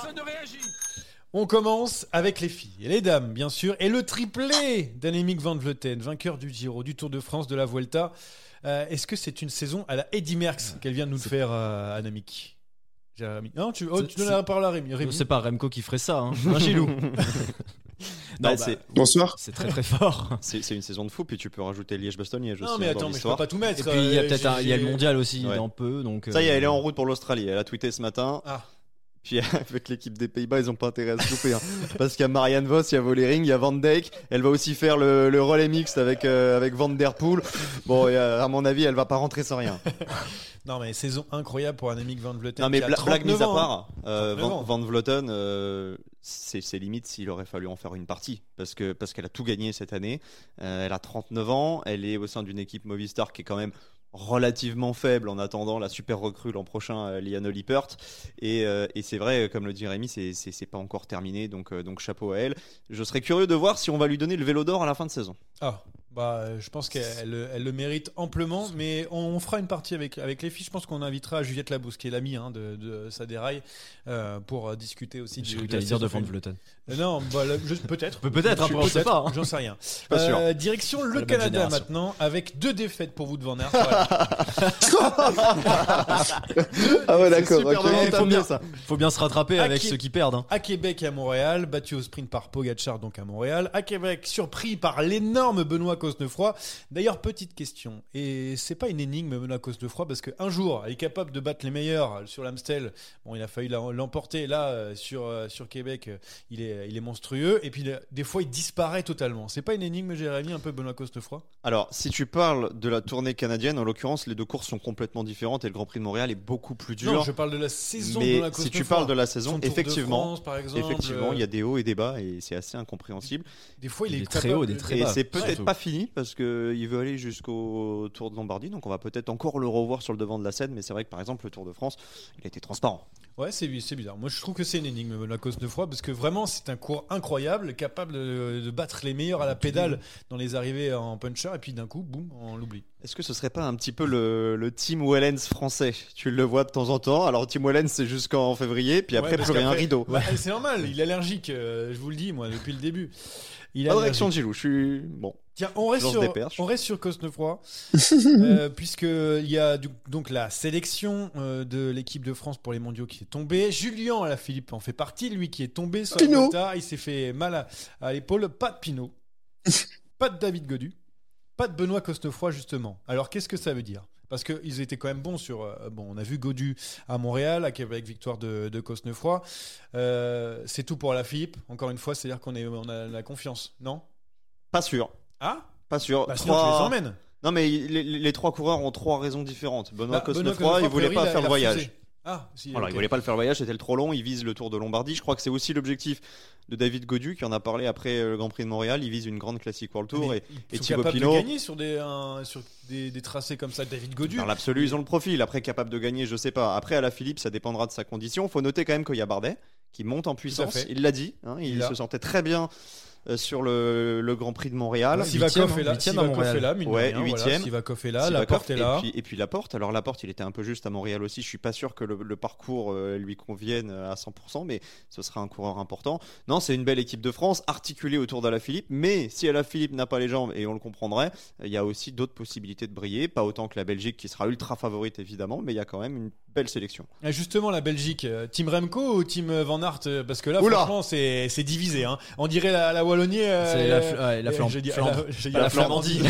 On commence avec les filles et les dames, bien sûr, et le triplé d'Annemiek van Vleuten, vainqueur du Giro, du Tour de France, de la Vuelta. Euh, est-ce que c'est une saison à la Eddy Merckx qu'elle vient de nous faire, euh, Annemiek? Jérémy. Non, tu, oh, tu donnes C'est- la parole à Rémi. Rémi. C'est pas Remco qui ferait ça, hein. Un Gilou. Non, Bah, bah, c'est- Bonsoir. c'est très très fort. C'est c'est une saison de fou, puis tu peux rajouter Liège-Bastogne-Liège aussi. Non, mais hein, dans attends, mais je peux l'histoire. pas tout mettre. Et puis il y a euh, peut-être un- il y a le j'ai- mondial aussi Ouais. dans peu, donc. Ça y est, euh, elle est en route pour l'Australie. Elle a tweeté ce matin. Ah. Puis avec l'équipe des Pays-Bas, ils ont pas intérêt à se louper. Hein. Parce qu'il y a Marianne Vos, il y a Vollering, il y a Van Dijk. Elle va aussi faire le, le relais mixte avec, euh, avec Van Der Poel. Bon, et, euh, à mon avis, elle va pas rentrer sans rien. Non, mais saison incroyable pour Annemiek van Vleuten. Non, mais qui a bla- blague mise trente-neuf à ans, hein. part, euh, trente-neuf Van, ans. Van Vleuten, euh, c'est c'est limite s'il aurait fallu en faire une partie. Parce que parce qu'elle a tout gagné cette année. Euh, elle a trente-neuf ans. Elle est au sein d'une équipe Movistar qui est quand même relativement faible en attendant la super recrue l'an prochain, euh, Liane Lippert. Et, euh, et c'est vrai, comme le dit Rémi, c'est c'est- c'est pas encore terminé. Donc, euh, donc chapeau à elle. Je serais curieux de voir si on va lui donner le vélo d'or à la fin de saison. Ah, bah, euh, je pense qu'elle elle, elle le mérite amplement, mais on, on fera une partie avec, avec les filles. Je pense qu'on invitera Juliette Labousse, qui est l'amie hein, de, de Saderail, euh, pour euh, discuter aussi Je du crois que de t'allais la dire de saison Van féminine. Vleuten. Euh, Non, bah, là, je- peut-être. Peut- peut-être, après, on sait pas, hein. J'en sais rien. pas sûr. Euh, direction le la même Canada génération. maintenant, avec deux défaites pour vous de Van Aert. Voilà. Ah ouais, d'accord. super ok. drôle. Il t'as faut bien bien, ça. faut bien se rattraper À avec qui- ceux qui perdent. hein. À Québec et à Montréal, battu au sprint par Pogacar, donc à Montréal. À Québec, surpris par l'énorme Benoît Cosnefroy. D'ailleurs, petite question, et c'est pas une énigme Benoît Cosnefroy, parce qu'un jour, il est capable de battre les meilleurs sur l'Amstel. Bon, il a failli la- l'emporter. Là, euh, sur, euh, sur Québec, euh, il est, il est monstrueux. Et puis, il- des fois, il disparaît totalement. C'est pas une énigme, Jérémy, un peu Benoît Cosnefroy? Alors, si tu parles de la tournée canadienne, en l'occurrence, les deux courses sont complètement différentes et le Grand Prix de Montréal est beaucoup plus dur. Non, je parle de la saison de Mais Benoît si Cosnefroy. tu parles de la Son saison, Tour de effectivement, France, par exemple, effectivement, euh, il y a des hauts et des bas et c'est assez incompréhensible. Des fois, il Des est très capable hauts et des de- très Et bas. c'est peut-être surtout. pas fini parce qu'il veut aller jusqu'au Tour de Lombardie, donc on va peut-être encore le revoir sur le devant de la scène. Mais c'est vrai que par exemple, le Tour de France, il a été transparent. Ouais, c'est, c'est bizarre. Moi, je trouve que c'est une énigme, Benoît Cosnefroy, parce que vraiment, c'est un cours incroyable, capable de, de battre les meilleurs à la pédale dans les arrivées en puncher, et puis d'un coup, boum, on l'oublie. Est-ce que ce serait pas un petit peu le, le Tim Wellens français? Tu le vois de temps en temps. Alors Tim Wellens, c'est jusqu'en février, puis après Ouais, parce plus rien, qu'après- rideau. Ouais, c'est normal, il est allergique, euh, je vous le dis, moi, depuis le début. Il est Pas de allergique. réaction de Gilou, je suis bon. Tiens, on reste, Lance sur, des perches. on reste sur Cosnefroy, euh, puisqu'il y a du- donc la sélection euh, de l'équipe de France pour les mondiaux qui est tombée. Julien Alaphilippe en fait partie, lui qui est tombé sur la Pinot. Vuelta. Il s'est fait mal à, à l'épaule. Pas de Pinot, pas de David Godu, pas de Benoît Cosnefroy, justement. Alors qu'est-ce que ça veut dire? Parce qu'ils étaient quand même bons sur. Euh, bon, on a vu Gaudu à Montréal avec victoire de, de Cosnefroy. Euh, c'est tout pour Alaphilippe. Encore une fois, c'est-à-dire qu'on est, on a la confiance, non ? Pas sûr. Ah ? Pas sûr. Bah, sinon, Trois... tu les emmènes. Non, mais les, les trois coureurs ont trois raisons différentes. Benoît Bah, Cosnefroy, il voulait pas faire le voyage. Refusé. Ah, si, Alors, okay. il voulait pas le faire le voyage, c'était le trop long. Il vise le Tour de Lombardie. Je crois que c'est aussi l'objectif de David Gaudu qui en a parlé après le Grand Prix de Montréal. Il vise une grande classique World Tour mais et, et Thibaut Pinot. De gagner sur des un, sur des, des tracés comme ça, David Gaudu. Dans l'absolu, ils ont le profil. Après, capable de gagner, je sais pas. Après, Alaphilippe, ça dépendra de sa condition. Faut noter quand même qu'il y a Bardet qui monte en puissance. Il l'a dit. Hein, il, il se sentait très bien. Sur le, le Grand Prix de Montréal. Sivakov est là, Sivakov est là, mine ouais, de rien, huitième. Voilà, Sivakov est là, Laporte est là. Et puis, et puis Laporte, alors Laporte, il était un peu juste à Montréal aussi. Je suis pas sûr que le, le parcours euh, lui convienne à cent pour cent, mais ce sera un coureur important. Non, c'est une belle équipe de France, articulée autour d'Alaphilippe. Mais si Alaphilippe n'a pas les jambes, et on le comprendrait, il y a aussi d'autres possibilités de briller. Pas autant que la Belgique, qui sera ultra favorite évidemment, mais il y a quand même une belle sélection. Et justement, la Belgique, Team Remco ou Team Van Aert? Parce que là, Oula franchement, c'est, c'est divisé. Hein. On dirait la, la Wallonie. Euh, c'est la, fl- ouais, la, flam- j'ai dit, flambe. la, j'ai dit la, la Flamandie.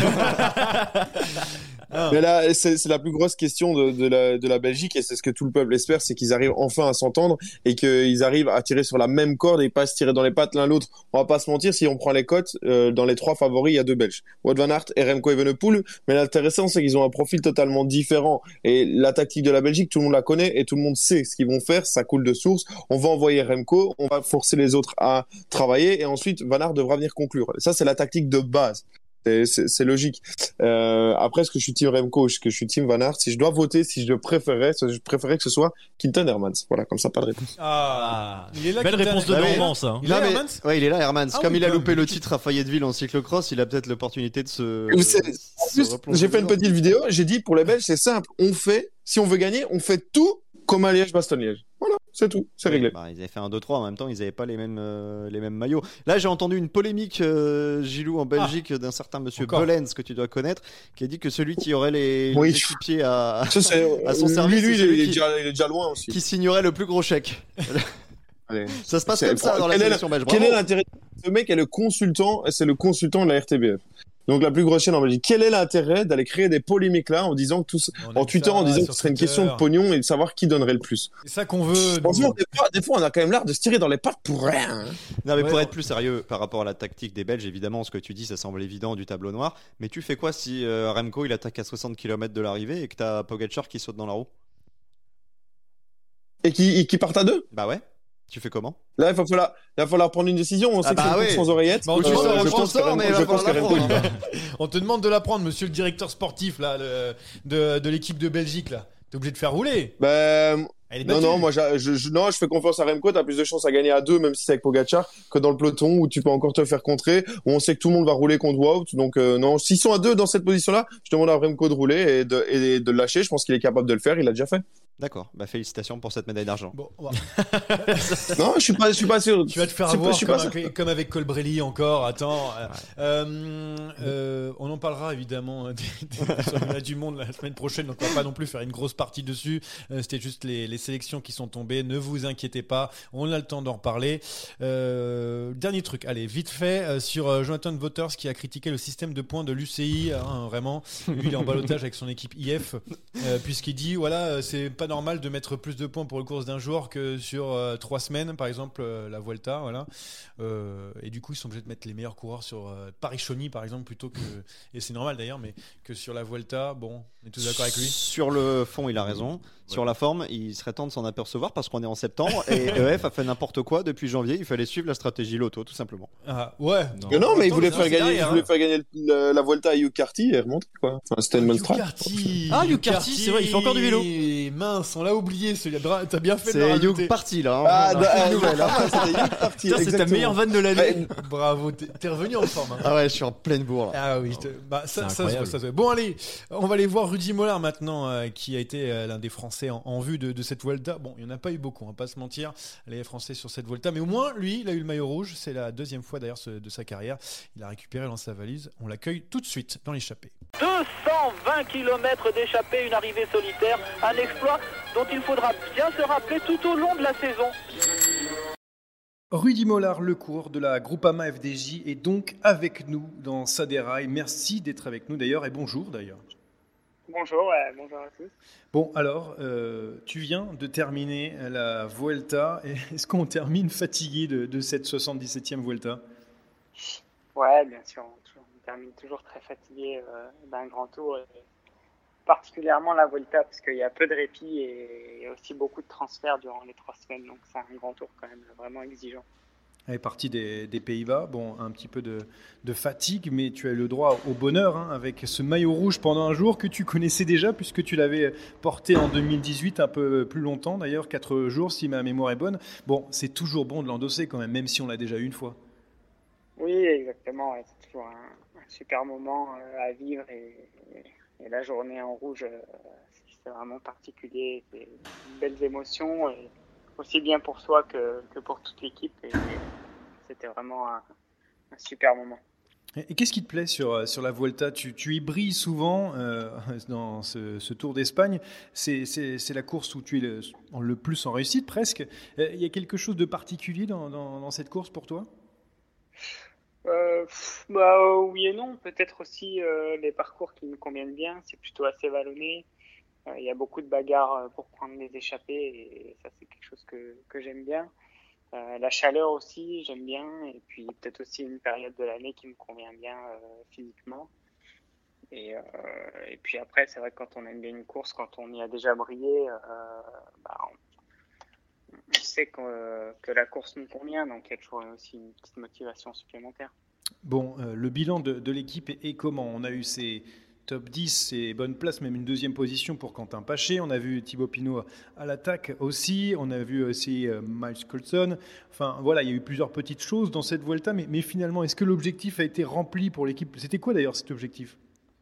Ah. Mais là, c'est, c'est la plus grosse question de, de, la, de la Belgique, et c'est ce que tout le peuple espère, c'est qu'ils arrivent enfin à s'entendre et qu'ils arrivent à tirer sur la même corde et pas se tirer dans les pattes l'un l'autre. On va pas se mentir, si on prend les cotes, euh, dans les trois favoris, il y a deux Belges, Wout van Aert et Remco Evenepoel. Mais l'intéressant, c'est qu'ils ont un profil totalement différent. Et la tactique de la Belgique, tout le monde la connaît et tout le monde sait ce qu'ils vont faire. Ça coule de source. On va envoyer Remco, on va forcer les autres à travailler et ensuite Van Aert devra venir conclure. Ça, c'est la tactique de base. C'est, c'est, c'est logique. Euh, après, est-ce que je suis team Remco, est-ce que je suis team Van Aert? Si je dois voter, si je préférais, je préférais que ce soit Quinten Hermans. Voilà, comme ça, pas de réponse. Ah, il est là. Belle réponse de Normand, ça. Il est là, Hermans? Ouais, il est là, Hermans. Ah, comme oui, il a comme loupé le qui... titre à Fayetteville en cyclocross, il a peut-être l'opportunité de se. Vous savez, en plus, j'ai fait une dedans. petite vidéo. J'ai dit pour les Belges, c'est simple. On fait, si on veut gagner, on fait tout comme à Liège-Bastogne-Liège. Voilà, c'est tout, c'est réglé. Bah, ils avaient fait un deux trois en même temps, ils n'avaient pas les mêmes, euh, les mêmes maillots. Là, j'ai entendu une polémique, euh, Gilou, en Belgique, ah, d'un certain monsieur Bolens, que tu dois connaître, qui a dit que celui qui aurait les, oui. les équipiers à, Ça, c'est, à son lui, service, lui, c'est il, est qui, déjà, il est déjà loin aussi. Qui signerait le plus gros chèque. Allez. Ça se passe C'est, comme ça dans la quel sélection est, belge. Quel Bravo. est l'intérêt? Ce mec est le consultant, c'est le consultant de la R T B F. Donc la plus grosse chaîne en Belgique. Quel est l'intérêt d'aller créer des polémiques là en disant que tous, en tweetant en disant que ce serait une question de pognon et de savoir qui donnerait le plus. C'est ça qu'on veut. Franchement, des fois, des fois, on a quand même l'air de se tirer dans les pattes pour rien. Hein. Non mais ouais, pour ouais. être plus sérieux par rapport à la tactique des Belges, évidemment, ce que tu dis, ça semble évident du tableau noir. Mais tu fais quoi si euh, Remco il attaque à soixante kilomètres de l'arrivée et que t'as Pogacar qui saute dans la roue? Et qui, et qui partent à deux? Bah ouais. Tu fais comment? Là, il va falloir, il va falloir prendre une décision. On sait Ah que bah c'est oui. une course sans oreillette. Bah, on, te Euh, demande, je je pense pense, que mais Remco- il va je pense que falloir Remco, il l'apprendre. va. on te demande de la prendre, monsieur le directeur sportif là, le, de, de l'équipe de Belgique là. T'es obligé de faire rouler. Ben, Elle est non, battue. non, moi, je, je, je- non, je fais confiance à Remco. T'as plus de chances à gagner à deux, même si c'est avec Pogacar, que dans le peloton où tu peux encore te faire contrer, où on sait que tout le monde va rouler contre Wout. Donc, euh, non, s'ils sont à deux dans cette position-là, je demande à Remco de rouler et de, et de le lâcher. Je pense qu'il est capable de le faire. Il l'a déjà fait. D'accord, bah félicitations pour cette médaille d'argent. Bon, on va- Non, je suis pas, je suis pas sûr. tu vas te faire Je suis pas- avoir je suis comme, pas avec, comme avec Colbrelli encore. Attends, euh, euh, euh, on en parlera évidemment des, des championnats du monde la semaine prochaine. Donc on va pas non plus faire une grosse partie dessus. Euh, c'était juste les, les sélections qui sont tombées. Ne vous inquiétez pas, on a le temps d'en reparler. Euh, dernier truc, allez vite fait euh, sur euh, Jonathan Vaughters qui a critiqué le système de points de l'U C I. Hein, vraiment, lui il est en ballottage avec son équipe I F euh, puisqu'il dit voilà euh, c'est pas normal de mettre plus de points pour le course d'un jour que sur euh, trois semaines, par exemple euh, la Vuelta, voilà. Euh, et du coup, ils sont obligés de mettre les meilleurs coureurs sur euh, Paris-Chauny, par exemple, plutôt que, et c'est normal d'ailleurs, mais que sur la Vuelta. Bon, on est tous d'accord avec lui. Sur le fond, il a raison. Ouais. Sur la forme, il serait temps de s'en apercevoir parce qu'on est en septembre et E F a fait n'importe quoi depuis janvier. Il fallait suivre la stratégie Lotto, tout simplement. Ah, ouais. Non, mais non, mais il Attends, voulait non, faire c'est gagner, derrière, il voulait hein. faire gagner le- le- la Vuelta à Hugh Carty et remonter, quoi. Enfin, c'était une bonne strat. Ah, Hugh Carty, c'est vrai, il fait encore du vélo. Mince, on l'a oublié, celui-là. T'as bien fait de le C'est rajouter. Hugh Party là. Hein. Ah, On a da- une nouvelle. Hein. ah, c'était Hugh Carty. Putain, c'est ta exactement. meilleure vanne de l'année. Ouais, Bravo, t'es, t'es revenu en forme. Hein. Ah ouais, je suis en pleine bourre là. Ah oui, je te- bah, ça, C'est ça, se voit, incroyable. ça se voit. Bon, allez, on va aller voir Rudy Mollard maintenant, euh, qui a été euh, l'un des Français en, en vue de, de cette Vuelta. Bon, il n'y en a pas eu beaucoup, on va pas se mentir, les Français sur cette Vuelta, mais au moins, lui, il a eu le maillot rouge. C'est la deuxième fois d'ailleurs ce- de sa carrière. Il a récupéré dans sa valise. On l'accueille tout de suite dans l'échappée. deux cent vingt kilomètres d'échappée, une arrivée solitaire, un exploit dont il faudra bien se rappeler tout au long de la saison. Rudy Mollard, le coureur de la Groupama F D J, est donc avec nous dans Saderail. Merci d'être avec nous d'ailleurs et bonjour d'ailleurs. Bonjour, ouais, bonjour à tous. Bon, alors, euh, tu viens de terminer la Vuelta. Est-ce qu'on termine fatigué de, de cette soixante-dix-septième Vuelta? Ouais, bien sûr, on, toujours- on termine toujours très fatigué euh, d'un grand tour, et particulièrement la Volta, parce qu'il y a peu de répit et, et aussi beaucoup de transferts durant les trois semaines, donc c'est un grand tour quand même vraiment exigeant. Elle est partie des, des Pays-Bas. Bon, un petit peu de, de fatigue, mais tu as eu le droit au bonheur hein, avec ce maillot rouge pendant un jour que tu connaissais déjà, puisque tu l'avais porté en deux mille dix-huit, un peu plus longtemps d'ailleurs, quatre jours si ma mémoire est bonne. Bon, c'est toujours bon de l'endosser quand même, même si on l'a déjà eu une fois. Oui, exactement, ouais, c'est toujours un, un super moment euh, à vivre et, et- et la journée en rouge, euh, c'est c'est vraiment particulier, c'est de belles émotions, et aussi bien pour soi que, que pour toute l'équipe, et c'était vraiment un un super moment. Et, et qu'est-ce qui te plaît sur, euh, sur la Vuelta? tu, tu y brilles souvent euh, dans ce, ce Tour d'Espagne. C'est, c'est, c'est la course où tu es le, le plus en réussite presque. Euh, Il y a quelque chose de particulier dans, dans, dans cette course pour toi? Euh, pff, bah, euh, oui et non, peut-être aussi euh, les parcours qui me conviennent bien, c'est plutôt assez vallonné. Euh, Il y a beaucoup de bagarres euh, pour prendre les échappées et ça c'est quelque chose que, que j'aime bien. Euh, la chaleur aussi, j'aime bien et puis peut-être aussi une période de l'année qui me convient bien euh, physiquement. Et, euh, et puis après, c'est vrai que quand on aime bien une course, quand on y a déjà brillé, euh, bah, on, on sait que, euh, que la course nous convient, donc il y a toujours aussi une petite motivation supplémentaire. Bon, euh, le bilan de, de l'équipe est, est comment? On a eu ces top dix, ces bonnes places, même une deuxième position pour Quentin Paché. On a vu Thibaut Pinot à l'attaque aussi. On a vu aussi euh, Miles Coulson. Enfin, voilà, il y a eu plusieurs petites choses dans cette Vuelta. Mais, mais finalement, est-ce que l'objectif a été rempli pour l'équipe? C'était quoi d'ailleurs cet objectif?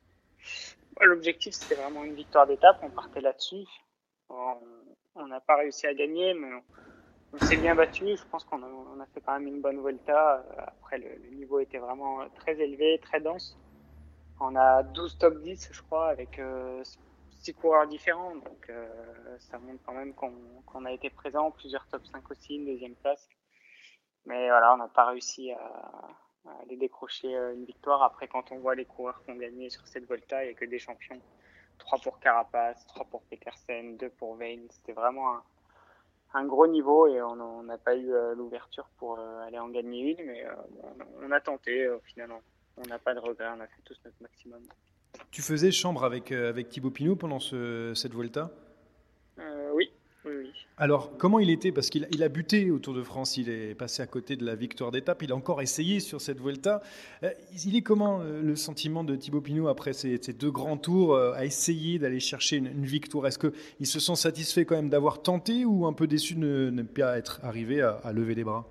Ouais, l'objectif, c'était vraiment une victoire d'étape. On partait là-dessus. On on n'a pas réussi à gagner, mais on, on s'est bien battu. Je pense qu'on a, on a fait quand même une bonne Vuelta. Euh, Après, le, le niveau était vraiment très élevé, très dense. On a douze top dix, je crois, avec euh, six coureurs différents. Donc, euh, ça montre quand même qu'on qu'on a été présent. Plusieurs top cinq aussi, une deuxième place. Mais voilà, on n'a pas réussi à, à aller décrocher euh, une victoire. Après, quand on voit les coureurs qui ont gagné sur cette Volta, il n'y a que des champions. Trois pour Carapace, trois pour Petersen, deux pour Veil. C'était vraiment un, un gros niveau et on n'a pas eu euh, l'ouverture pour euh, aller en gagner une. Mais euh, on, on a tenté. euh, Au final, on n'a pas de regrets. On a fait tous notre maximum. Tu faisais chambre avec, euh, avec Thibaut Pinot pendant ce- cette Vuelta? Euh, oui, oui, oui. Alors, comment il était? Parce qu'il a- il a buté au Tour de France, il est passé à côté de la victoire d'étape, il a encore essayé sur cette Vuelta. Euh, il est comment euh, le sentiment de Thibaut Pinot après ces, ces deux grands tours euh, à essayer d'aller chercher une, une victoire? Est-ce qu'il se sent satisfait quand même d'avoir tenté ou un peu déçu de ne, ne pas être arrivé à, à lever les bras?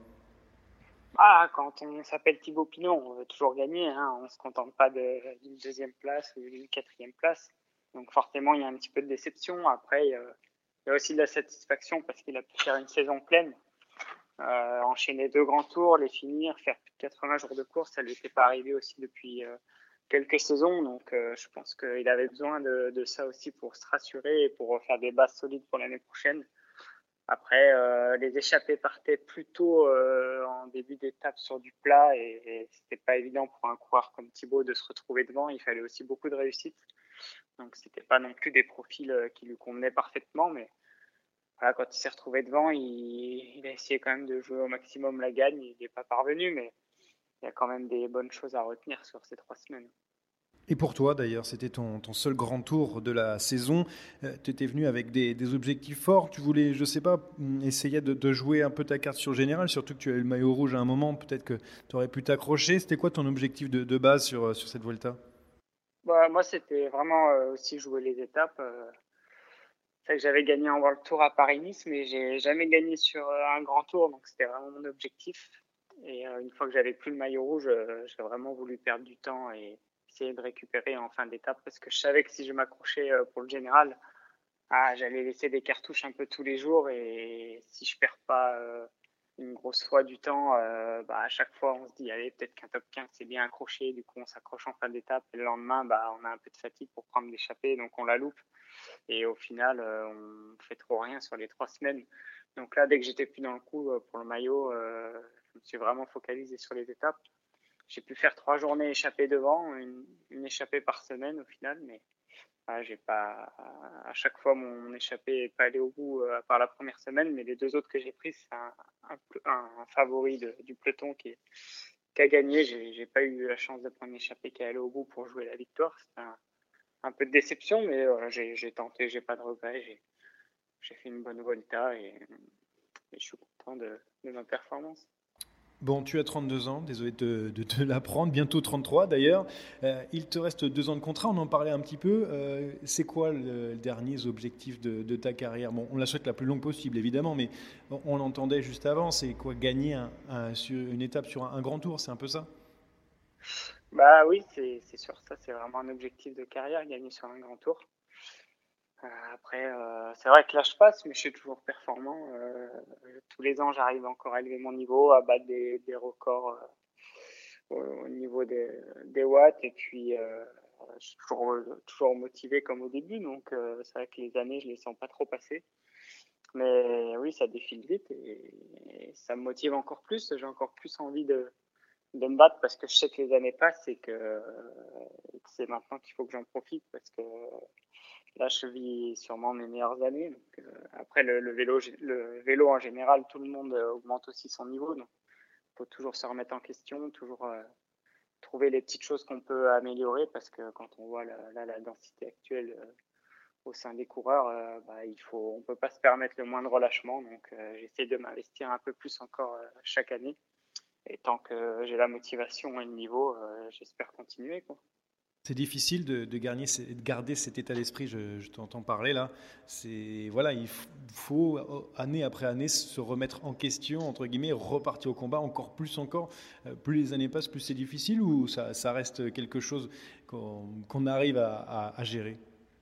Ah, quand on s'appelle Thibaut Pinot, on veut toujours gagner. Hein. On ne se contente pas de- d'une deuxième place ou d'une quatrième place. Donc forcément, il y a un petit peu de déception. Après, euh, il y a aussi de la satisfaction parce qu'il a pu faire une saison pleine, euh, enchaîner deux grands tours, les finir, faire plus de quatre-vingts jours de course. Ça lui était pas arrivé aussi depuis euh, quelques saisons. Donc euh, je pense qu'il avait besoin de, de ça aussi pour se rassurer et pour faire des bases solides pour l'année prochaine. Après, euh, les échappées partaient plutôt euh, en début d'étape sur du plat et, et c'était pas évident pour un coureur comme Thibaut de se retrouver devant. Il fallait aussi beaucoup de réussite. Donc c'était pas non plus des profils euh, qui lui convenaient parfaitement, mais voilà, quand il s'est retrouvé devant, il, il a essayé quand même de jouer au maximum la gagne. Il n'est pas parvenu, mais il y a quand même des bonnes choses à retenir sur ces trois semaines. Et pour toi d'ailleurs, c'était ton, ton seul grand tour de la saison. Euh, tu étais venu avec des, des objectifs forts. Tu voulais, je sais pas, hum, essayer de, de jouer un peu ta carte sur le général, surtout que tu as eu le maillot rouge à un moment. Peut-être que tu aurais pu t'accrocher. C'était quoi ton objectif de, de base sur, sur cette Vuelta? Bah, moi, c'était vraiment euh, aussi jouer les étapes. Euh, c'est vrai que j'avais gagné en World Tour à Paris-Nice, mais j'ai jamais gagné sur euh, un grand tour, donc c'était vraiment mon objectif. Et euh, une fois que j'avais plus le maillot rouge, euh, j'ai vraiment voulu perdre du temps et essayer de récupérer en fin d'étape parce que je savais que si je m'accrochais euh, pour le général, ah, j'allais laisser des cartouches un peu tous les jours et si je perds pas euh, une grosse fois du temps, euh, bah, à chaque fois on se dit allez peut-être qu'un top quinze c'est bien accroché, du coup on s'accroche en fin d'étape et le lendemain bah, on a un peu de fatigue pour prendre l'échappée donc on la loupe et au final euh, on fait trop rien sur les trois semaines. Donc là dès que j'étais plus dans le coup euh, pour le maillot, euh, je me suis vraiment focalisé sur les étapes. J'ai pu faire trois journées échappées devant, une, une échappée par semaine au final, mais Ah, j'ai pas, à chaque fois, mon échappée n'est pas allé au bout euh, à part la première semaine, mais les deux autres que j'ai pris, c'est un, un, un, un favori de, du peloton qui, est, qui a gagné. J'ai, j'ai pas eu la chance de prendre une échappée qui est allée au bout pour jouer la victoire. C'était un, un peu de déception, mais euh, j'ai, j'ai tenté, j'ai pas de regrets. J'ai, j'ai fait une bonne Volta et, et je suis content de, de ma performance. Bon, tu as trente-deux ans, désolé de, de te l'apprendre, bientôt trente-trois d'ailleurs. Euh, il te reste deux ans de contrat, on en parlait un petit peu. Euh, c'est quoi le, le dernier objectif de, de ta carrière? Bon, on la souhaite la plus longue possible évidemment, mais on, on l'entendait juste avant, c'est quoi gagner un, un, sur une étape sur un, un grand tour, c'est un peu ça? Bah oui, c'est, c'est sûr, ça c'est vraiment un objectif de carrière, gagner sur un grand tour. Euh, après, euh, c'est vrai que là je passe, mais je suis toujours performant. Euh, tous les ans, j'arrive encore à élever mon niveau, à battre des, des records euh, au, au niveau des, des watts. Et puis, euh, je suis toujours, toujours motivé comme au début. Donc, euh, c'est vrai que les années, je les sens pas trop passer. Mais oui, ça défile vite et, et ça me motive encore plus. J'ai encore plus envie de, de me battre parce que je sais que les années passent et que, euh, que c'est maintenant qu'il faut que j'en profite parce que là, je vis sûrement mes meilleures années. Donc, euh, après, le, le, vélo, le vélo en général, tout le monde euh, augmente aussi son niveau. Donc, il faut toujours se remettre en question, toujours euh, trouver les petites choses qu'on peut améliorer parce que quand on voit la, la, la densité actuelle euh, au sein des coureurs, euh, bah, il faut, on ne peut pas se permettre le moindre relâchement. Donc, euh, j'essaie de m'investir un peu plus encore euh, chaque année. Et tant que j'ai la motivation et le niveau, euh, j'espère continuer, quoi. C'est difficile de, de, garder, de garder cet état d'esprit, je, je t'entends parler là. C'est, voilà, il faut, année après année, se remettre en question, entre guillemets, repartir au combat encore plus encore. Plus les années passent, plus c'est difficile ou ça, ça reste quelque chose qu'on, qu'on arrive à, à, à gérer?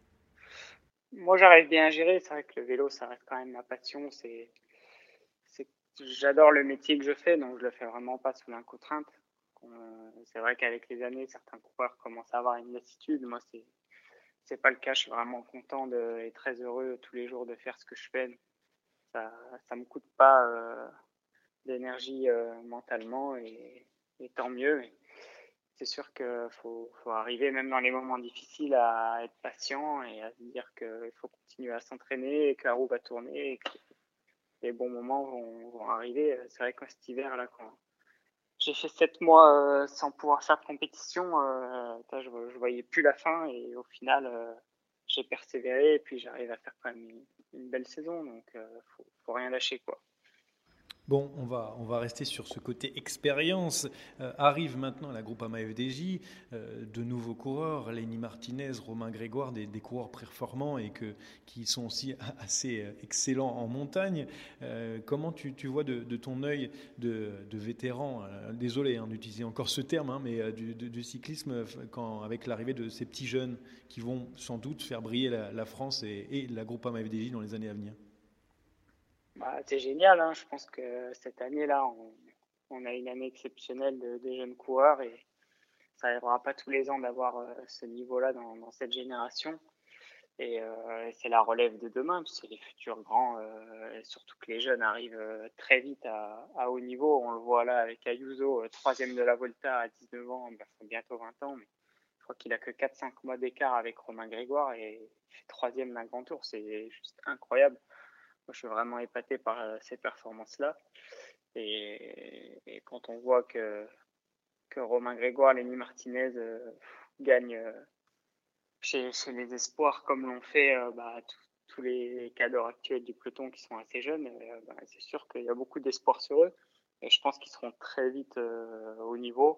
Moi, j'arrive bien à gérer. C'est vrai que le vélo, ça reste quand même ma passion. C'est, c'est, j'adore le métier que je fais, donc je le fais vraiment pas sous la contrainte. Euh, c'est vrai qu'avec les années, certains coureurs commencent à avoir une lassitude. Moi, c'est c'est pas le cas. Je suis vraiment content de, et très heureux tous les jours de faire ce que je fais. Ça ça me coûte pas euh, d'énergie euh, mentalement et, et tant mieux. Et c'est sûr qu'il faut, faut arriver, même dans les moments difficiles, à être patient et à se dire qu'il faut continuer à s'entraîner et que la roue va tourner et que les bons moments vont, vont arriver. C'est vrai qu'en cet hiver, là, quand j'ai fait sept mois euh, sans pouvoir faire de compétition. Euh, je, je voyais plus la fin et au final, euh, j'ai persévéré et puis j'arrive à faire quand même une, une belle saison. Donc, euh, faut, faut rien lâcher, quoi. Bon, on va, on va rester sur ce côté expérience. Euh, arrive maintenant la Groupama F D J, euh, de nouveaux coureurs, Lenny Martinez, Romain Grégoire, des, des coureurs performants et que, qui sont aussi assez excellents en montagne. Euh, comment tu, tu vois de, de ton œil de, de vétéran, euh, désolé hein, d'utiliser encore ce terme, hein, mais euh, du, du, du cyclisme, quand, avec l'arrivée de ces petits jeunes qui vont sans doute faire briller la, la France et, et la Groupama F D J dans les années à venir? Bah, c'est génial, hein. Je pense que cette année-là, on, on a une année exceptionnelle de, de jeunes coureurs et ça n'arrivera pas tous les ans d'avoir euh, ce niveau-là dans, dans cette génération. Et euh, c'est la relève de demain, c'est les futurs grands, euh, et surtout que les jeunes arrivent euh, très vite à, à haut niveau. On le voit là avec Ayuso, euh, troisième de la Volta à dix-neuf ans, bah, bientôt vingt ans, mais je crois qu'il a que quatre cinq mois d'écart avec Romain Grégoire et il fait troisième d'un grand tour. C'est juste incroyable. Moi, je suis vraiment épaté par euh, ces performances-là. Et, et quand on voit que, que Romain Grégoire, Lenny Martinez euh, gagnent euh, chez, chez les espoirs comme l'ont fait euh, bah, tous les cadres actuels du peloton qui sont assez jeunes, euh, bah, c'est sûr qu'il y a beaucoup d'espoir sur eux. Et je pense qu'ils seront très vite euh, au niveau.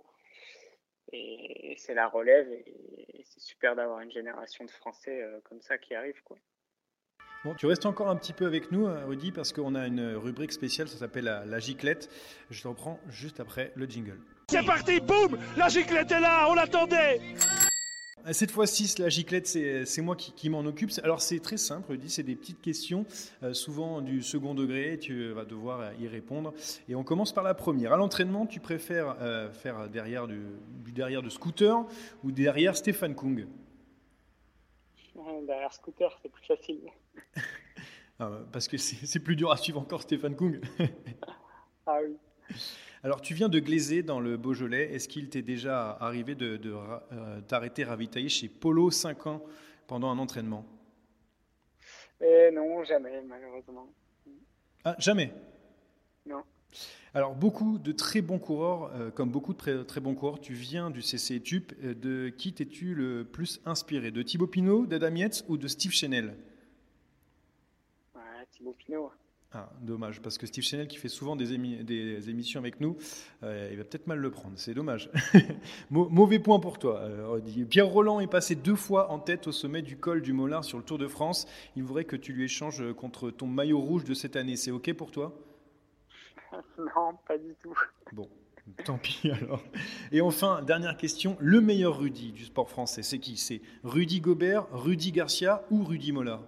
Et, et c'est la relève. Et, et c'est super d'avoir une génération de Français euh, comme ça qui arrive, quoi. Bon, tu restes encore un petit peu avec nous, Rudy, parce qu'on a une rubrique spéciale, ça s'appelle la, la giclette. Je te reprends juste après le jingle. C'est parti, boum, la giclette est là, on l'attendait. Cette fois-ci, la giclette, c'est, c'est moi qui, qui m'en occupe. Alors, c'est très simple, Rudy, c'est des petites questions, euh, souvent du second degré, tu vas devoir y répondre. Et on commence par la première. À l'entraînement, tu préfères euh, faire derrière du, du derrière de scooter ou derrière Stefan Kung? Derrière scooter, c'est plus facile. Ah, parce que c'est, c'est plus dur à suivre encore Stefan Kung. Ah oui. Alors, tu viens de Glazé dans le Beaujolais. Est-ce qu'il t'est déjà arrivé de, de euh, t'arrêter ravitailler chez Polo cinq ans pendant un entraînement? Et non, jamais, malheureusement. Ah, jamais? Non. Alors, beaucoup de très bons coureurs, euh, comme beaucoup de très, très bons coureurs, tu viens du C C Etup. Euh, de qui t'es-tu le plus inspiré? De Thibaut Pinot, d'Adam Yates ou de Steve Chenel? Ouais, Thibaut Pinot. Ah, dommage, parce que Steve Chenel, qui fait souvent des, émi- des émissions avec nous, euh, il va peut-être mal le prendre, c'est dommage. Mau- mauvais point pour toi. Euh, Pierre Rolland est passé deux fois en tête au sommet du col du Mollard sur le Tour de France. Il voudrait que tu lui échanges contre ton maillot rouge de cette année. C'est OK pour toi? Non, pas du tout. Bon, tant pis alors. Et enfin, dernière question, le meilleur Rudy du sport français, c'est qui? C'est Rudy Gobert, Rudy Garcia ou Rudy Mollard?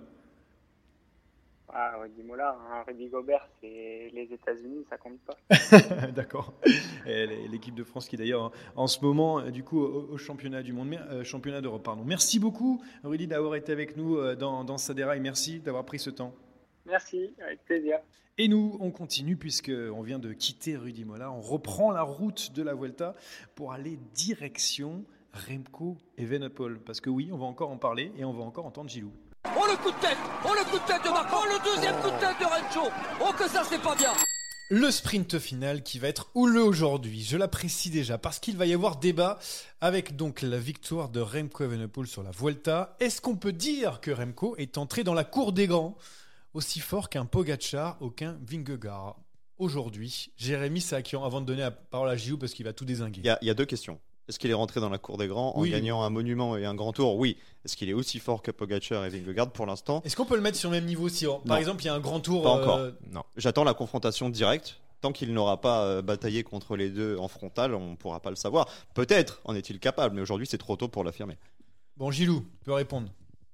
Ah, Rudy Mollard, hein. Rudy Gobert, c'est les États-Unis, ça compte pas. D'accord. Et l'équipe de France qui d'ailleurs en ce moment du coup au, au championnat du monde, euh, championnat d'Europe, pardon. Merci beaucoup Rudy d'avoir été avec nous euh, dans, dans Sadera et merci d'avoir pris ce temps. Merci, avec plaisir. Et nous, on continue puisqu'on vient de quitter Rudy Mollard. On reprend la route de la Vuelta pour aller direction Remco Evenepoel. Parce que oui, on va encore en parler et on va encore entendre Gilou. Oh le coup de tête! Oh le coup de tête de Marco! Oh le deuxième coup de tête de Rencho! Oh que ça c'est pas bien! Le sprint final qui va être houleux aujourd'hui, je l'apprécie déjà parce qu'il va y avoir débat avec donc la victoire de Remco Evenepoel sur la Vuelta. Est-ce qu'on peut dire que Remco est entré dans la cour des grands aussi fort qu'un Pogacar ou qu'un Vingegaard aujourd'hui? Jérémy Sakian, avant de donner la parole à Gilou parce qu'il va tout dézinguer. Il y a, il y a deux questions. Est-ce qu'il est rentré dans la cour des grands en oui. gagnant un monument et un grand tour? Oui. Est-ce qu'il est aussi fort que Pogacar et Vingegaard pour l'instant? Est-ce qu'on peut le mettre sur le même niveau si, par non. exemple, il y a un grand tour? Pas encore. Euh... Non. J'attends la confrontation directe. Tant qu'il n'aura pas euh, bataillé contre les deux en frontal, on ne pourra pas le savoir. Peut-être en est-il capable, mais aujourd'hui c'est trop tôt pour l'affirmer. Bon, Gilou, tu peux répondre.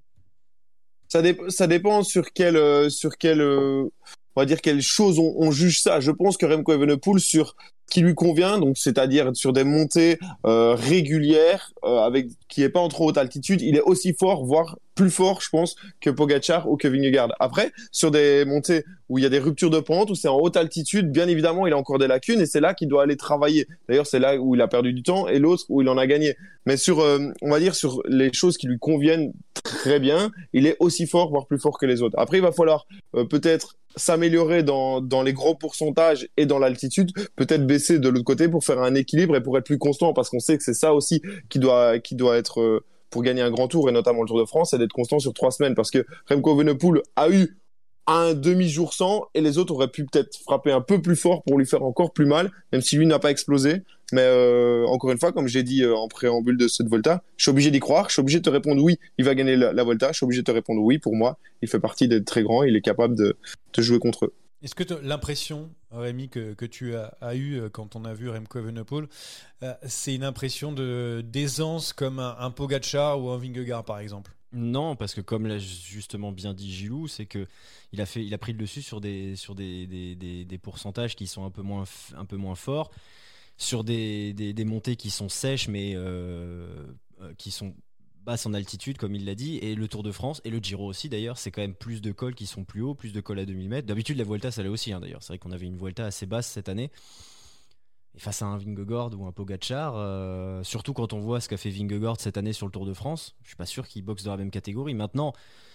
Ça, dé- ça dépend sur quelle, euh, sur quelle, euh, on va dire quelle chose on, on juge ça. Je pense que Remco Evenepoel sur ce qui lui convient, donc c'est-à-dire sur des montées euh, régulières, euh, avec qui est pas en trop haute altitude, il est aussi fort, voire plus fort, je pense, que Pogacar ou que Vingegaard. Après, sur des montées où il y a des ruptures de pente, où c'est en haute altitude, bien évidemment, il a encore des lacunes et c'est là qu'il doit aller travailler. D'ailleurs, c'est là où il a perdu du temps et l'autre où il en a gagné. Mais sur, euh, on va dire, sur les choses qui lui conviennent très bien, il est aussi fort, voire plus fort que les autres. Après, il va falloir euh, peut-être s'améliorer dans, dans les gros pourcentages et dans l'altitude, peut-être baisser de l'autre côté pour faire un équilibre et pour être plus constant, parce qu'on sait que c'est ça aussi qui doit, qui doit être, euh, pour gagner un grand tour, et notamment le Tour de France, c'est d'être constant sur trois semaines, parce que Remco Evenepoel a eu un demi-jour sans, et les autres auraient pu peut-être frapper un peu plus fort pour lui faire encore plus mal, même si lui n'a pas explosé. Mais euh, encore une fois, comme j'ai dit euh, en préambule de cette Volta, je suis obligé d'y croire, je suis obligé de te répondre oui, il va gagner la, la Volta, je suis obligé de te répondre oui, pour moi, il fait partie des très grands, il est capable de, de jouer contre eux. Est-ce que l'impression, Rémi, que, que tu as, as eue quand on a vu Remco Evenepoel, euh, c'est une impression de, d'aisance comme un, un Pogacar ou un Vingegaard, par exemple? Non, parce que comme l'a justement bien dit Gilou, c'est que il a fait, il a pris le dessus sur des sur des, des, des, des pourcentages qui sont un peu moins un peu moins forts, sur des, des, des montées qui sont sèches mais euh, qui sont basses en altitude, comme il l'a dit, et le Tour de France et le Giro aussi d'ailleurs, c'est quand même plus de cols qui sont plus hauts, plus de cols à deux mille mètres. D'habitude la Vuelta ça l'est aussi hein, d'ailleurs, c'est vrai qu'on avait une Vuelta assez basse cette année. Et face à un Vingegaard ou un Pogacar, euh, surtout quand on voit ce qu'a fait Vingegaard cette année sur le Tour de France, je suis pas sûr qu'il boxe dans la même catégorie. Maintenant,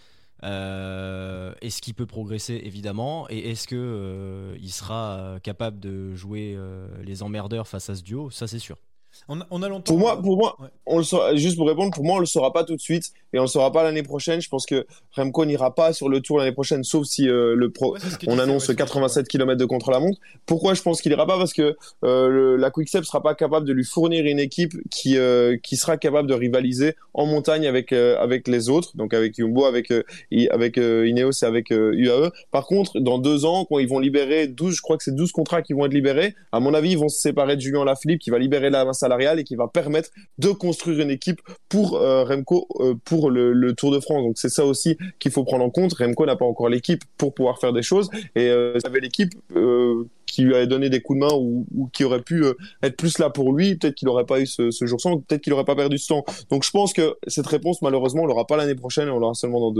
euh, est-ce qu'il peut progresser? Évidemment. Et est-ce qu'il euh, sera capable de jouer euh, les emmerdeurs face à ce duo? Ça, c'est sûr. On a, on a longtemps... Pour moi, pour moi, ouais. on le saura, juste pour répondre, pour moi, on le saura pas tout de suite et on le saura pas l'année prochaine. Je pense que Remco n'ira pas sur le Tour l'année prochaine, sauf si euh, le pro, ouais, on dit, annonce ouais, quatre-vingt-sept kilomètres de contre-la-montre. Pourquoi je pense qu'il ira pas? Parce que euh, le, la Quick-Step sera pas capable de lui fournir une équipe qui euh, qui sera capable de rivaliser en montagne avec euh, avec les autres, donc avec Jumbo, avec euh, avec euh, Ineos et avec euh, U A E. Par contre, dans deux ans, quand ils vont libérer douze, je crois que c'est douze contrats qui vont être libérés. À mon avis, ils vont se séparer de Julien Lafilippe, qui va libérer la masse salariale et qui va permettre de construire une équipe pour euh, Remco euh, pour le, le Tour de France. Donc c'est ça aussi qu'il faut prendre en compte. Remco n'a pas encore l'équipe pour pouvoir faire des choses et euh, il avait l'équipe euh, qui lui avait donné des coups de main ou, ou qui aurait pu euh, être plus là pour lui. Peut-être qu'il n'aurait pas eu ce, ce jour sans, peut-être qu'il n'aurait pas perdu ce temps. Donc je pense que cette réponse, malheureusement, on l'aura pas l'année prochaine et on l'aura seulement dans deux ans.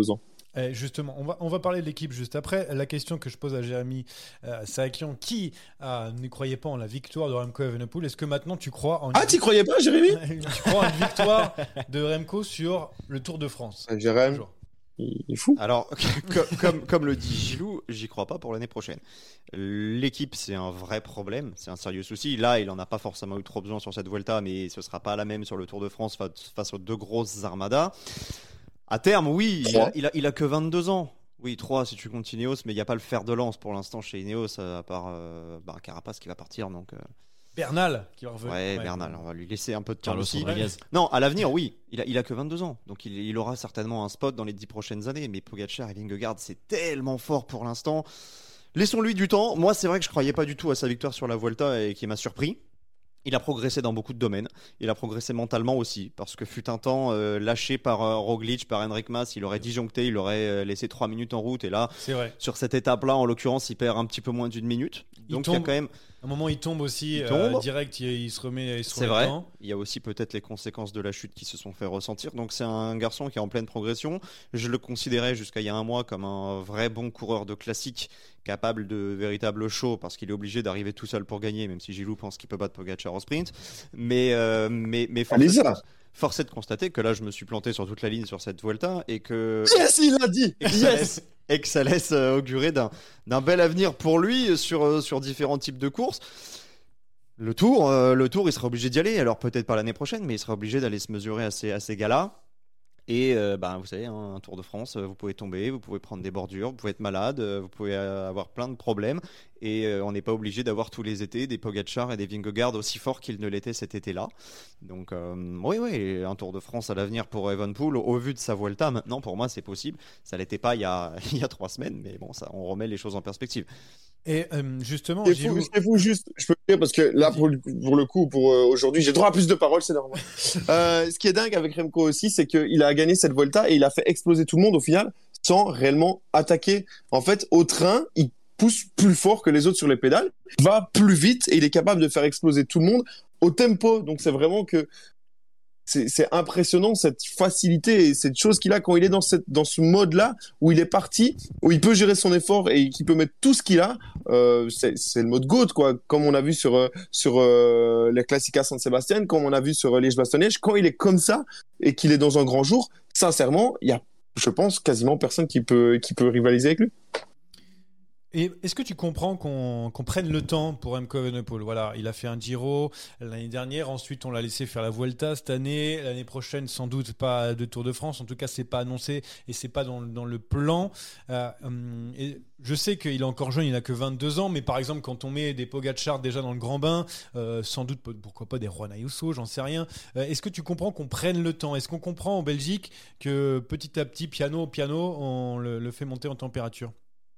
Eh, justement, on va, on va parler de l'équipe juste après. La question que je pose à Jérémy euh, Sakian, qui euh, ne croyait pas en la victoire de Remco Evenepoel, est-ce que maintenant tu crois en... Ah, tu croyais pas, Jérémy? Tu crois en une victoire de Remco sur le Tour de France? Jérémy, il est fou. Alors, comme, comme, comme le dit Gilou, j'y crois pas pour l'année prochaine. L'équipe, c'est un vrai problème, c'est un sérieux souci. Là, il en a pas forcément eu trop besoin sur cette Vuelta, mais ce sera pas la même sur le Tour de France face, face aux deux grosses armadas. À terme, oui, il a, il, a, il a que vingt-deux ans. Oui, trois si tu comptes Ineos, mais il n'y a pas le fer de lance pour l'instant chez Ineos, à part euh, bah, Carapace qui va partir. Donc, euh... Bernal qui va revenir. Ouais, ouais, Bernal, on va lui laisser un peu de temps Carlos aussi. Rodriguez. Non, à l'avenir, oui, il a, il a que vingt-deux ans. Donc il, il aura certainement un spot dans les dix prochaines années. Mais Pogacar et Vingegaard, c'est tellement fort pour l'instant. Laissons-lui du temps. Moi, c'est vrai que je ne croyais pas du tout à sa victoire sur la Vuelta et qui m'a surpris. Il a progressé dans beaucoup de domaines. Il a progressé mentalement aussi, parce que fut un temps euh, lâché par euh, Roglic, par Enric Mas, il aurait disjoncté, il aurait euh, laissé trois minutes en route. Et là, c'est vrai. Sur cette étape-là, en l'occurrence, il perd un petit peu moins d'une minute. Il Donc tombe, il y a quand même. À un moment, il tombe aussi il tombe. Euh, direct. Il, il se remet. Il se c'est remet vrai. Temps. Il y a aussi peut-être les conséquences de la chute qui se sont fait ressentir. Donc c'est un garçon qui est en pleine progression. Je le considérais jusqu'à il y a un mois comme un vrai bon coureur de classique, capable de véritable show, parce qu'il est obligé d'arriver tout seul pour gagner, même si Gilou pense qu'il peut battre Pogacar au sprint. Mais euh, mais mais force est, de, force est de constater que là, je me suis planté sur toute la ligne sur cette Vuelta et que yes, il l'a dit. Et que yes. ça laisse, et que ça laisse euh, augurer d'un d'un bel avenir pour lui sur euh, sur différents types de courses. Le Tour, euh, le Tour, il sera obligé d'y aller. Alors peut-être pas l'année prochaine, mais il sera obligé d'aller se mesurer à ces à ces gars-là. Et euh, bah, vous savez, hein, un Tour de France, vous pouvez tomber, vous pouvez prendre des bordures, vous pouvez être malade, vous pouvez avoir plein de problèmes. Et euh, on n'est pas obligé d'avoir tous les étés des Pogacar et des Vingegaard aussi forts qu'ils ne l'étaient cet été-là. Donc euh, oui, oui, un Tour de France à l'avenir pour Evenepoel, au, au vu de sa Vuelta, maintenant pour moi c'est possible. Ça l'était pas il y a, il y a trois semaines, mais bon, ça, on remet les choses en perspective. Et euh, justement, c'est fou, c'est fou, juste, je peux dire, parce que là, pour, pour le coup, pour euh, aujourd'hui, j'ai droit à plus de paroles, c'est normal. euh, ce qui est dingue avec Remco aussi, c'est qu'il a gagné cette Vuelta et il a fait exploser tout le monde au final, sans réellement attaquer. En fait, au train, il pousse plus fort que les autres sur les pédales, va plus vite et il est capable de faire exploser tout le monde au tempo. Donc c'est vraiment que c'est, c'est impressionnant cette facilité et cette chose qu'il a quand il est dans cette dans ce mode là où il est parti, où il peut gérer son effort et qu'il peut mettre tout ce qu'il a. Euh, c'est, c'est le mode GOAT quoi, comme on a vu sur sur euh, les Classica San Sebastian, comme on a vu sur Liège-Bastogne-Liège. Quand il est comme ça et qu'il est dans un grand jour, sincèrement, il y a, je pense, quasiment personne qui peut qui peut rivaliser avec lui. Et est-ce que tu comprends qu'on, qu'on prenne le temps pour Remco Evenepoel? Voilà, il a fait un Giro l'année dernière, ensuite on l'a laissé faire la Vuelta cette année, l'année prochaine sans doute pas de Tour de France, en tout cas c'est pas annoncé et c'est pas dans, dans le plan. Euh, et je sais qu'il est encore jeune, il n'a que vingt-deux ans, mais par exemple quand on met des Pogacar déjà dans le grand bain, euh, sans doute pourquoi pas des Juan Ayuso, j'en sais rien. Euh, est-ce que tu comprends qu'on prenne le temps? Est-ce qu'on comprend en Belgique que petit à petit, piano piano, on le, le fait monter en température?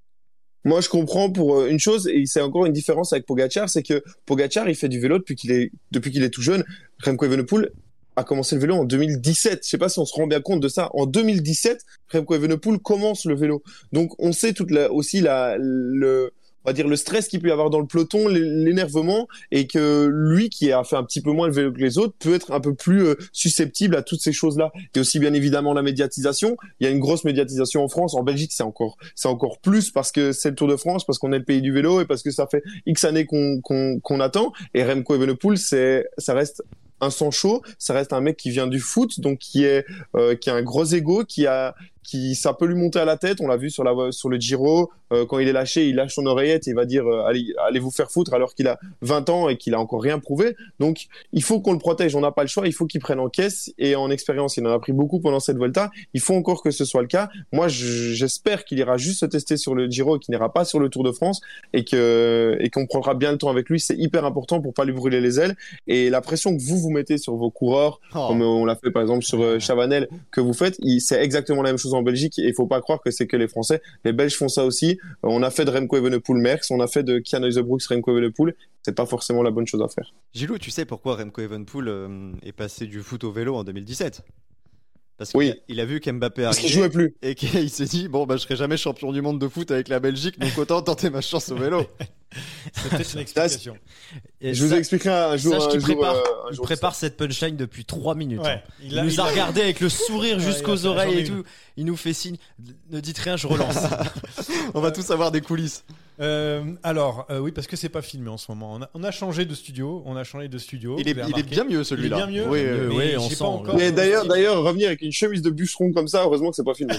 Moi, je comprends pour une chose, et c'est encore une différence avec Pogacar, c'est que Pogacar, il fait du vélo depuis qu'il est, depuis qu'il est tout jeune. Remco Evenepoel a commencé le vélo en deux mille dix-sept. Je sais pas si on se rend bien compte de ça. En deux mille dix-sept, Remco Evenepoel commence le vélo. Donc, on sait toute la, aussi la, le, on va dire le stress qu'il peut y avoir dans le peloton, l'énervement, et que lui, qui a fait un petit peu moins le vélo que les autres, peut être un peu plus euh, susceptible à toutes ces choses-là. Et aussi, bien évidemment, la médiatisation. Il y a une grosse médiatisation en France. En Belgique, c'est encore, c'est encore plus parce que c'est le Tour de France, parce qu'on est le pays du vélo et parce que ça fait X années qu'on, qu'on, qu'on attend. Et Remco Evenepoel, c'est, ça reste un sang chaud, ça reste un mec qui vient du foot, donc qui est, euh, qui a un gros ego, qui a, qui, ça peut lui monter à la tête. On l'a vu sur la, sur le Giro, euh, quand il est lâché, il lâche son oreillette et il va dire, euh, allez, allez vous faire foutre alors qu'il a vingt ans et qu'il a encore rien prouvé. Donc, il faut qu'on le protège. On n'a pas le choix. Il faut qu'il prenne en caisse et en expérience. Il en a pris beaucoup pendant cette Vuelta. Il faut encore que ce soit le cas. Moi, j'espère qu'il ira juste se tester sur le Giro et qu'il n'ira pas sur le Tour de France et que, et qu'on prendra bien le temps avec lui. C'est hyper important pour pas lui brûler les ailes. Et la pression que vous, vous mettez sur vos coureurs, oh. comme on l'a fait par exemple sur euh, Chavanel, que vous faites, il, c'est exactement la même chose en Belgique et il faut pas croire que c'est que les Français. Les Belges font ça aussi. Euh, on a fait de Remco Evenepoel Merckx, on a fait de Kian Uijsebroeks Remco Evenepoel. C'est pas forcément la bonne chose à faire. Gilou, tu sais pourquoi Remco Evenepoel euh, est passé du foot au vélo en deux mille dix-sept? Parce oui. qu'il a, il a vu qu'Mbappé arrivait. Parce qu'il jouait plus. Et qu'il s'est dit, bon, bah, je serai jamais champion du monde de foot avec la Belgique, donc autant tenter ma chance au vélo. C'est peut-être une explication. Et je vous ça- expliquerai un jour. Sache un qu'il jour, prépare, euh, un il jour prépare cette punchline depuis trois minutes. Ouais, hein. il Il, a- nous il a a- regardé avec le sourire Ouais, jusqu'aux il a- oreilles j'en ai et tout. une. Il nous fait signe. Ne dites rien, je relance. On va tous avoir des coulisses. Euh, alors, euh, oui, parce que c'est pas filmé en ce moment. On a, on a changé de studio. On a changé de studio. Il est, vous avez il est remarqué. bien mieux celui-là. Il est bien mieux. Oui, mais euh, oui, j'ai on pas sent, encore- Mais d'ailleurs, d'ailleurs, revenir avec une chemise de bûcheron comme ça, heureusement que c'est pas filmé.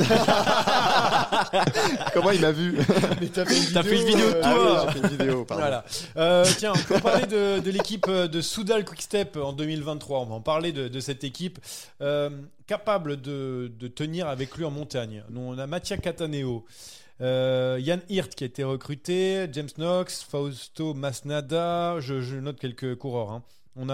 Comment il m'a vu? Mais t'as fait une T'as fait une vidéo de euh, toi. Ah oui, j'ai fait une vidéo, pardon. Voilà. Euh, tiens, on va parler de, de l'équipe de Soudal Quick-Step en deux mille vingt-trois. On va en parler de, de cette équipe euh, capable de, de tenir avec lui en montagne. Nous, on a Mattia Cataneo, euh, Yann Hirt qui a été recruté, James Knox, Fausto Masnada. Je, je note quelques coureurs. Hein. On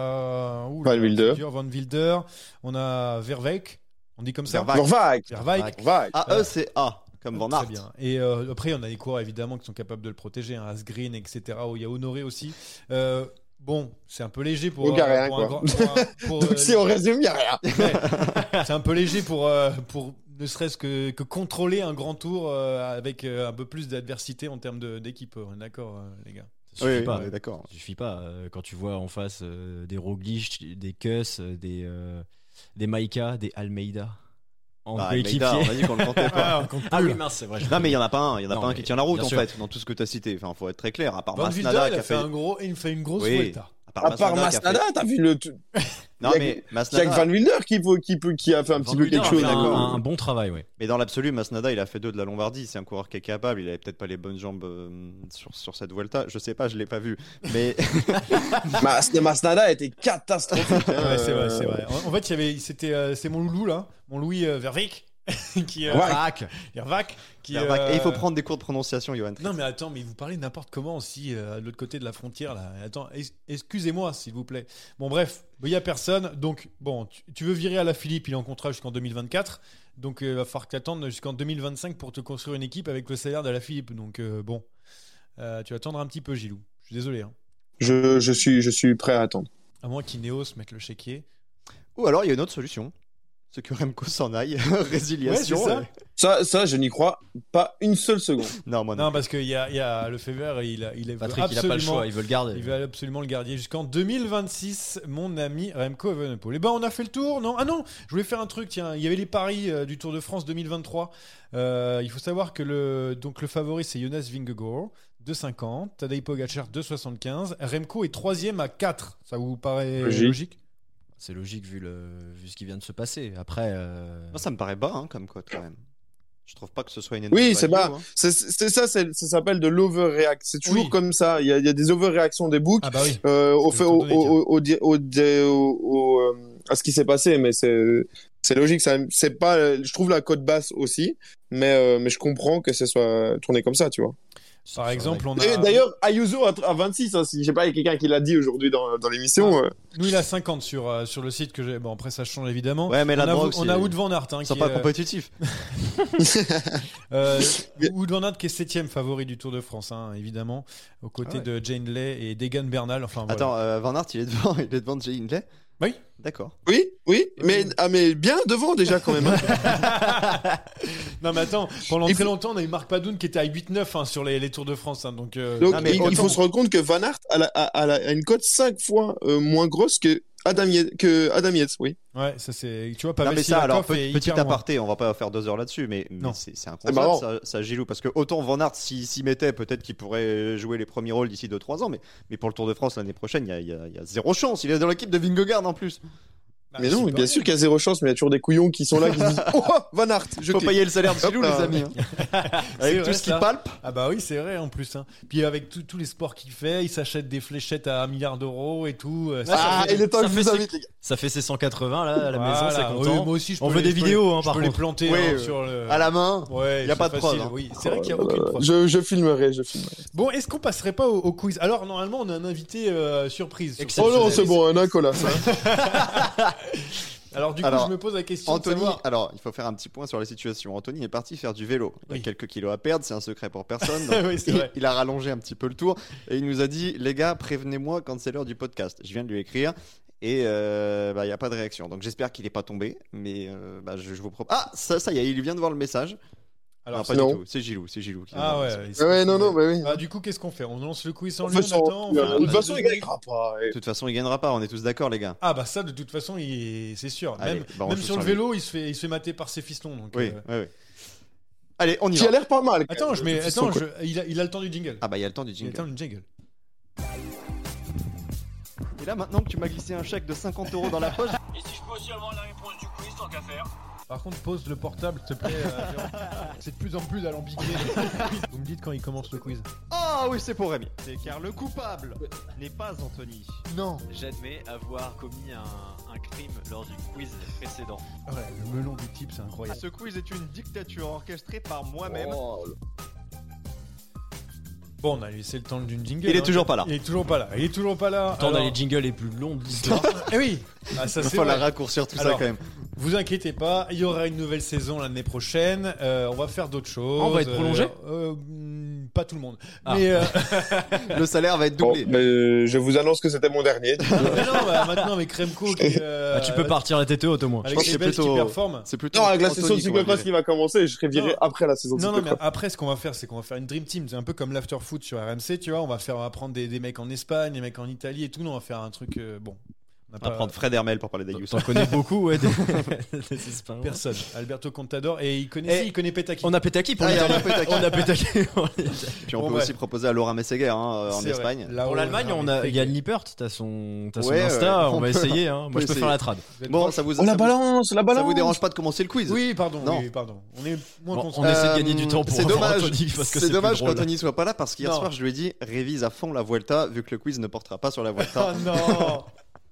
a ouh, Van Wilder. plusieurs, Van Wilder. On a Verweyck. On dit comme ça. Verweyck. Verweyck. Verweyck. A E, c'est A, comme Van Aert. Très bien. Et euh, après, on a des coureurs évidemment qui sont capables de le protéger, hein, Asgreen, et cetera. Où il y a Honoré aussi. Euh, bon, c'est un peu léger pour. Donc, y a euh, rien, pour un quoi. grand- pour un- pour, Donc euh, si on résume, il n'y a rien. ouais. C'est un peu léger pour, euh, pour ne serait-ce que, que contrôler un grand tour euh, avec euh, un peu plus d'adversité en termes de- d'équipe. On est d'accord, euh, les gars? Ça suffit Oui, pas. oui, d'accord. Ça suffit pas. euh, Quand tu vois en face euh, des Roglic, des Kuss, euh, des euh, des Maïka, des Almeida en Bah, coéquipier. Almeida, on a dit qu'on le comptait pas. Ah, on compte Ah plus, oui, là. mince, c'est vrai. je- Non, mais il y en a pas un. Il y en a Non, pas un mais qui tient la route bien en sûr. fait dans tout ce que tu as cité. Enfin, faut être très clair. À part Van Wilder, Masnada il qui a a fait fait. un gros, il fait une grosse Oui. Vuelta. À part qui a Masnada, fait- t'as vu le. t- Non, Il y a- mais Il y a que Masnada. Van Wilder qui, peut- qui, peut- qui a fait un petit Van peu Wilder quelque a chose. fait un, d'accord. un bon travail, ouais. Mais dans l'absolu, Masnada, il a fait deux de la Lombardie. C'est un coureur qui est capable. Il avait peut-être pas les bonnes jambes euh, sur, sur cette Vuelta. Je sais pas, je l'ai pas vu. Mais Mas- Masnada était catastrophique. hein. Ouais, c'est vrai, c'est vrai. En, en fait, il y avait, c'était, euh, c'est mon loulou là, mon Louis euh, Verweyck, qui, euh, Verweyck. Verweyck, qui. Verweyck. euh, Et il faut prendre des cours de prononciation, Johan. Non mais attends, mais vous parlez n'importe comment aussi euh, de l'autre côté de la frontière là. Attends, es- excusez-moi s'il vous plaît. Bon bref, il y a personne. Donc bon, tu, tu veux virer à la Philippe, il est en contrat jusqu'en deux mille vingt-quatre. Donc il va falloir que t'attendes jusqu'en deux mille vingt-cinq pour te construire une équipe avec le salaire de la Philippe. Donc euh, bon, euh, tu vas attendre un petit peu, Gilou. Je suis désolé. Hein. Je, je, suis, je suis prêt à attendre. À moins qu'Ineos mette le chéquier. Ou alors, il y a une autre solution. C'est que Remco s'en aille. Résiliation. Ouais, c'est ça. et- Ça, ça, je n'y crois pas une seule seconde. Non, moi non. Non, parce qu'il y a, il y a le Fever, il, a, il est Patrick, il a pas le choix, il veut le garder. Il veut absolument le garder jusqu'en deux mille vingt-six, mon ami Remco Evenepoel. Et ben, on a fait le tour, non? Ah non, je voulais faire un truc, tiens, il y avait les paris euh, du Tour de France deux mille vingt-trois. Euh, il faut savoir que le, donc, le favori, c'est Jonas Vingegaard, deux cinquante, Tadej Pogacar, deux soixante-quinze. Remco est troisième à quatre. Ça vous paraît Logique. logique? C'est logique vu, le, vu ce qui vient de se passer. Après. euh, Moi, ça me paraît bas hein, comme cote quand même. Je trouve pas que ce soit une Oui, énorme c'est value, bas. hein. C'est c'est ça, c'est- ça s'appelle de l'overreact. C'est toujours Oui. comme ça. Il y a, il y a des overréactions des books Ah bah oui. euh, au Je fait, vais au, t'en donner, au, au, au, au- au- au, euh, à ce qui s'est passé, mais c'est c'est logique. ça- C'est pas, je trouve la cote basse aussi, mais euh, mais je comprends que ce soit tourné comme ça, tu vois. Par exemple, on a. Et d'ailleurs, Ayuso à, à vingt-six, hein, si je sais pas, il y a quelqu'un qui l'a dit aujourd'hui dans, dans l'émission. euh. Nous, il a cinquante sur, euh, sur le site que j'ai. Bon, après, ça change évidemment. Ouais, mais la on a, drogue, on c'est- a Wout van Aert. Hein, Ils sont qui pas est, euh, compétitifs. Euh, Wout van Aert qui est septième favori du Tour de France, hein, évidemment, aux côtés Ah ouais. de Jane Lay et Degan Bernal. Enfin, voilà. Attends, euh, Van Aert, il est devant, il est devant Jay Hindley. Oui. D'accord. Oui, oui, mais ah mais bien devant déjà quand même. hein. Non, mais attends, pendant Il très faut- longtemps, on a eu Marc Padoun qui était à huit neuf hein, sur les, les Tours de France. Hein, donc, euh, Donc Non, mais il, il autant- faut se rendre compte que Van Aert a, la- a- a la- a une cote cinq fois euh, moins grosse que Adam Yates, que Adam Yates, oui. ouais, ça c'est. Tu vois, Non, Pavel mais ça, alors, Sivakov pe- est petit hyper loin. aparté, on va pas faire deux heures là-dessus, mais, mais Non. c'est c'est marrant. inconcevable, ça, ça Gilou, parce que autant Van Aert, s'il s'y mettait, peut-être qu'il pourrait jouer les premiers rôles d'ici deux trois ans, mais, mais pour le Tour de France l'année prochaine, il y a, il y a- il y a zéro chance. Il est dans l'équipe de Vingegaard en plus. Bah, mais c'est non, pas bien vrai. sûr qu'il y a zéro chance, mais il y a toujours des couillons qui sont là qui se disent oh Van Aert, je Faut clique. payer le salaire de Gilou, Hop les là. amis. hein. C'est Avec vrai, tout ce qu'il ça. palpe. Ah bah oui, c'est vrai en plus. Hein. Puis avec tout- tous les sports qu'il fait, il s'achète des fléchettes à un milliard d'euros et tout. euh, ça Ah, fait- il est temps ça que je fait vous ses- invite, les gars. Ça fait ses cent quatre-vingts là à la Voilà. maison, c'est Oui, content. moi aussi, je On peux veut les- des je peux vidéos, les- hein, je par peux les contre. planter Oui, hein, euh, sur le. À la main. Ouais, Y a c'est pas de preuve, facile, hein. Oui, c'est vrai qu'il y a aucune preuve. Je, je filmerai, je filmerai. Bon, est-ce qu'on passerait pas au, au quiz? Alors normalement, on a un invité euh, surprise. sur Oh cette non, chaîne. c'est bon, un Nicolas. ça. Alors du coup, Alors, je me pose la question Anthony, de savoir. alors il faut faire un petit point sur la situation. Anthony est parti faire du vélo. Il Oui. a quelques kilos à perdre, c'est un secret pour personne. donc Oui, c'est il, vrai. il a rallongé un petit peu le tour et il nous a dit les gars, prévenez-moi quand c'est l'heure du podcast. Je viens de lui écrire et euh, bah, il n'y a pas de réaction. Donc j'espère qu'il n'est pas tombé, mais euh, bah, je, je vous propose. Ah, ça, ça y est, il vient de voir le message. Alors, non, pas non. du tout. C'est Gilou, c'est Gilou. Qui Ah nous a ouais. dit il Ah ouais, se- non, non, bah oui. Ah, du coup, qu'est-ce qu'on fait? On lance le quiz sans On lui, fait on sans- attend, on De fait un- toute façon, deux- il gagnera pas. ça. De toute façon, il gagnera pas, on est tous d'accord, les gars. Ah bah ça, de toute façon, il... c'est sûr. Allez, même bah, on même joue sur le sur lui. vélo, il se fait, il se fait mater par ses fistons. Donc, Oui, euh, oui, oui. Allez, on y Qui a va. l'air pas mal. quand Attends, même. je mets... De toute façon, Attends, quoi. je- il, a... il a le temps du jingle. Ah bah, il y a le temps du Il a le jingle. temps du jingle. Et là, maintenant que tu m'as glissé un chèque de cinquante euros dans la poche. Et si je peux aussi avoir la réponse du quiz, tant qu'à faire. Par contre, pose le portable, s'il te plaît. euh, Jérôme. C'est de plus en plus alambiqué. Vous me dites quand il commence le quiz. Ah oui, c'est pour Rémi. C'est car le coupable n'est pas Anthony. Non. J'admets avoir commis un, un crime lors du quiz précédent. Ouais, le melon du type, c'est incroyable. Ce quiz est une dictature orchestrée par moi-même. Oh, Bon, on a laissé le temps d'une jingle. Il est hein. toujours pas là. Il est toujours pas là. Il est toujours pas là. Pourtant, on a Alors- les jingles les plus longs de l'histoire. Eh oui. Ah, ça Il c'est faut la vrai. raccourcir tout ça Alors, quand même. Vous inquiétez pas, il y aura une nouvelle saison l'année prochaine. Euh, on va faire d'autres choses. Ah, on va être prolongé Euh, euh, mm, Pas tout le monde. Ah. Mais, euh, Le salaire va être Bon, doublé. mais euh, je vous annonce que c'était mon dernier. mais non, bah, maintenant avec Remco qui. euh, Ah, tu peux partir la tête haute au moins. Avec pense les que Belges c'est qui plutôt- performent. C'est plutôt. Non, avec la Anthony saison de qu'on va cyclocross virer. qui va commencer, je serai viré Non. après la saison de Non, non, mais cyclocross. après, ce qu'on va faire, c'est qu'on va faire une Dream Team. C'est un peu comme l'After Foot sur R M C, tu vois. On va faire, on va prendre des, des mecs en Espagne, des mecs en Italie et tout. Non, on va faire un truc. euh, bon. On n'a On va prendre Fred Hermel pour parler d'Ayuso. T'en connais beaucoup, ouais. Des... des Espagnols. personne. Alberto Contador. Et il connaît, Et- si, il connaît Petaki. On a Petaki pour Ah, il y a l'Italie. un Petaki. On a Petaki pour l'Italie. Puis on Bon, peut bref. aussi proposer à Laura Messeguer hein, euh, en C'est vrai. Espagne. Là-haut, Pour l'Allemagne, non, on mais a fake. Yann Lippert, t'as son, t'as son Ouais, Insta, ouais, on on va peut- essayer. Hein. on Moi, peut je peux essayer. faire la trad. Vous êtes Bon, proche ça vous Oh, la ça vous- balance, la balance. Ça vous dérange pas de commencer le quiz? Oui, pardon. Non. Oui, pardon. On est moins Bon, concentrés. on essaie de gagner du temps pour C'est avoir dommage, Anthony, parce que c'est c'est dommage plus drôle. qu'Anthony soit pas là parce qu'hier Non. soir je lui ai dit révise à fond la Vuelta vu que le quiz ne portera pas sur la Vuelta. Oh non.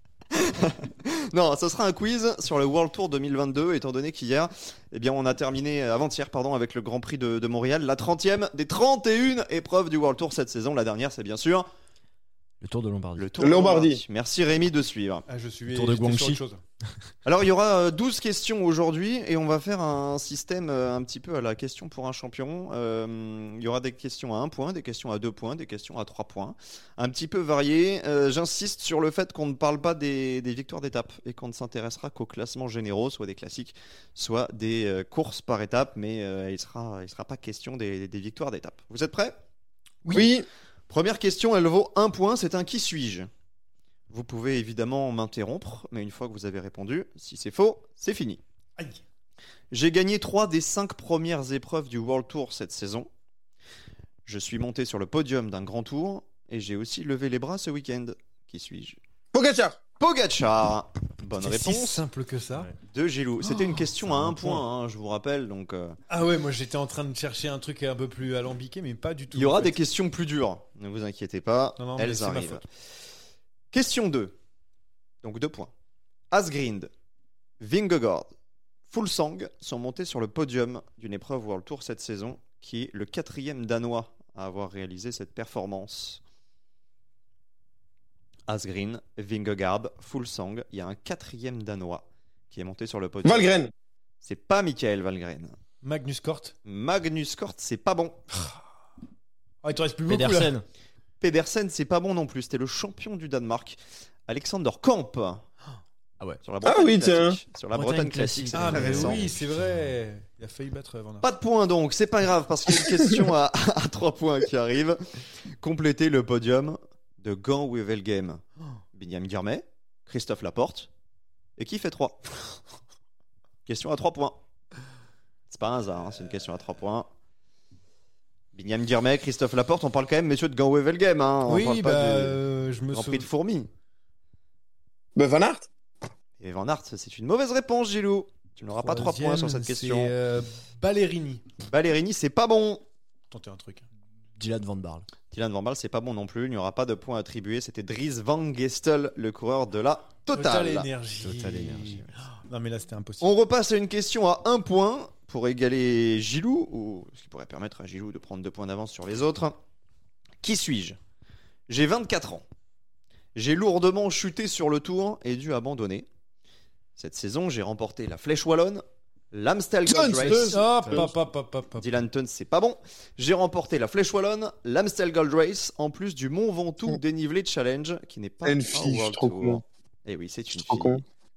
Non, ce sera un quiz sur le World Tour deux mille vingt-deux étant donné qu'hier, eh bien on a terminé avant-hier pardon avec le Grand Prix de, de Montréal, la trentième des trente et une épreuves du World Tour cette saison. La dernière c'est bien sûr Le Tour de Lombardie. le Tour Lombardie. de Lombardie. Merci Rémi de suivre. Ah, je suis Tour de j'étais sur Guangxi. autre chose. Alors il y aura euh, douze questions aujourd'hui et on va faire un système euh, un petit peu à la question pour un champion. Euh, il y aura des questions à un point, des questions à deux points, des questions à trois points. Un petit peu varié. Euh, J'insiste sur le fait qu'on ne parle pas des, des victoires d'étape et qu'on ne s'intéressera qu'aux classements généraux, soit des classiques, soit des euh, courses par étape, mais euh, il ne sera, il sera pas question des, des victoires d'étape. Vous êtes prêts? Oui. Première question, elle vaut un point, c'est un qui suis-je? Vous pouvez évidemment m'interrompre, mais une fois que vous avez répondu, si c'est faux, c'est fini. Aïe. J'ai gagné trois des cinq premières épreuves du World Tour cette saison. Je suis monté sur le podium d'un grand tour et j'ai aussi levé les bras ce week-end. Qui suis-je? Pogacar. Pogacar. Bonne C'est si réponse simple que ça. de Gilou. C'était une question c'est à un un point. point, hein, je vous rappelle. Donc, euh, Ah ouais, moi j'étais en train de chercher un truc un peu plus alambiqué, mais pas du tout. il y aura en fait. des questions plus dures. Ne vous inquiétez pas, Non, non, mais elles c'est ma arrivent. faute. Question deux. Donc deux points. Asgrind, Vingegaard, Fuglsang sont montés sur le podium d'une épreuve World Tour cette saison, qui est le quatrième Danois à avoir réalisé cette performance. Asgreen, Vingegaard, Fuglsang, il y a un quatrième Danois qui est monté sur le podium. Valgren. C'est pas Michael Valgren. Magnus Cort. Magnus Cort, c'est pas bon. Ah, il te reste plus beaucoup là. Pedersen. Pedersen, c'est pas bon non plus. C'était le champion du Danemark, Alexander Kamp. Ah ouais. Sur la Ah Bretagne oui, tiens. classique. Sur la Bretagne Bretagne classique, classique. c'est Ah, très mais récent. oui, c'est vrai. Il a failli battre Van Aert. Pas de points donc, c'est pas grave parce qu'il y a une question à, à trois points qui arrive. Complétez le podium de Gant Wevelgem. Binyam Girmay, Christophe Laporte et qui fait trois? Question à trois points. C'est pas un hasard, hein, c'est une question à trois points. Binyam Girmay, Christophe Laporte, on parle quand même, messieurs, de Gant Wevelgem. Hein. On Oui, parle bah, pas du euh, je me Grand Prix de souviens. Fourmi. Ben Van Aert. Et Van Aert, c'est une mauvaise réponse, Gilou. Tu n'auras pas trois points sur cette question. C'est euh, Ballerini. Ballerini, c'est pas bon. Tentez un truc. Dylan Van Barle. Dylan Van Baarle, c'est pas bon non plus. Il n'y aura pas de points attribués. C'était Dries Van Gestel, le coureur de la Total. Total énergie. Total énergie, ouais. Non, mais là, c'était impossible. On repasse à une question à un point pour égaler Gilou, ou ce qui pourrait permettre à Gilou de prendre deux points d'avance sur les autres. Qui suis-je? J'ai vingt-quatre ans. J'ai lourdement chuté sur le tour et dû abandonner. Cette saison, j'ai remporté la Flèche Wallonne, l'Amstel Gold Race. Hop, hop, hop, hop, hop, hop. Dylan Tuns, c'est pas bon. J'ai remporté la Flèche Wallonne, l'Amstel Gold Race, en plus du Mont Ventoux dénivelé challenge, qui n'est pas Une un fille, je suis World trop Tour. con. Et oui, c'est une trop fille. con.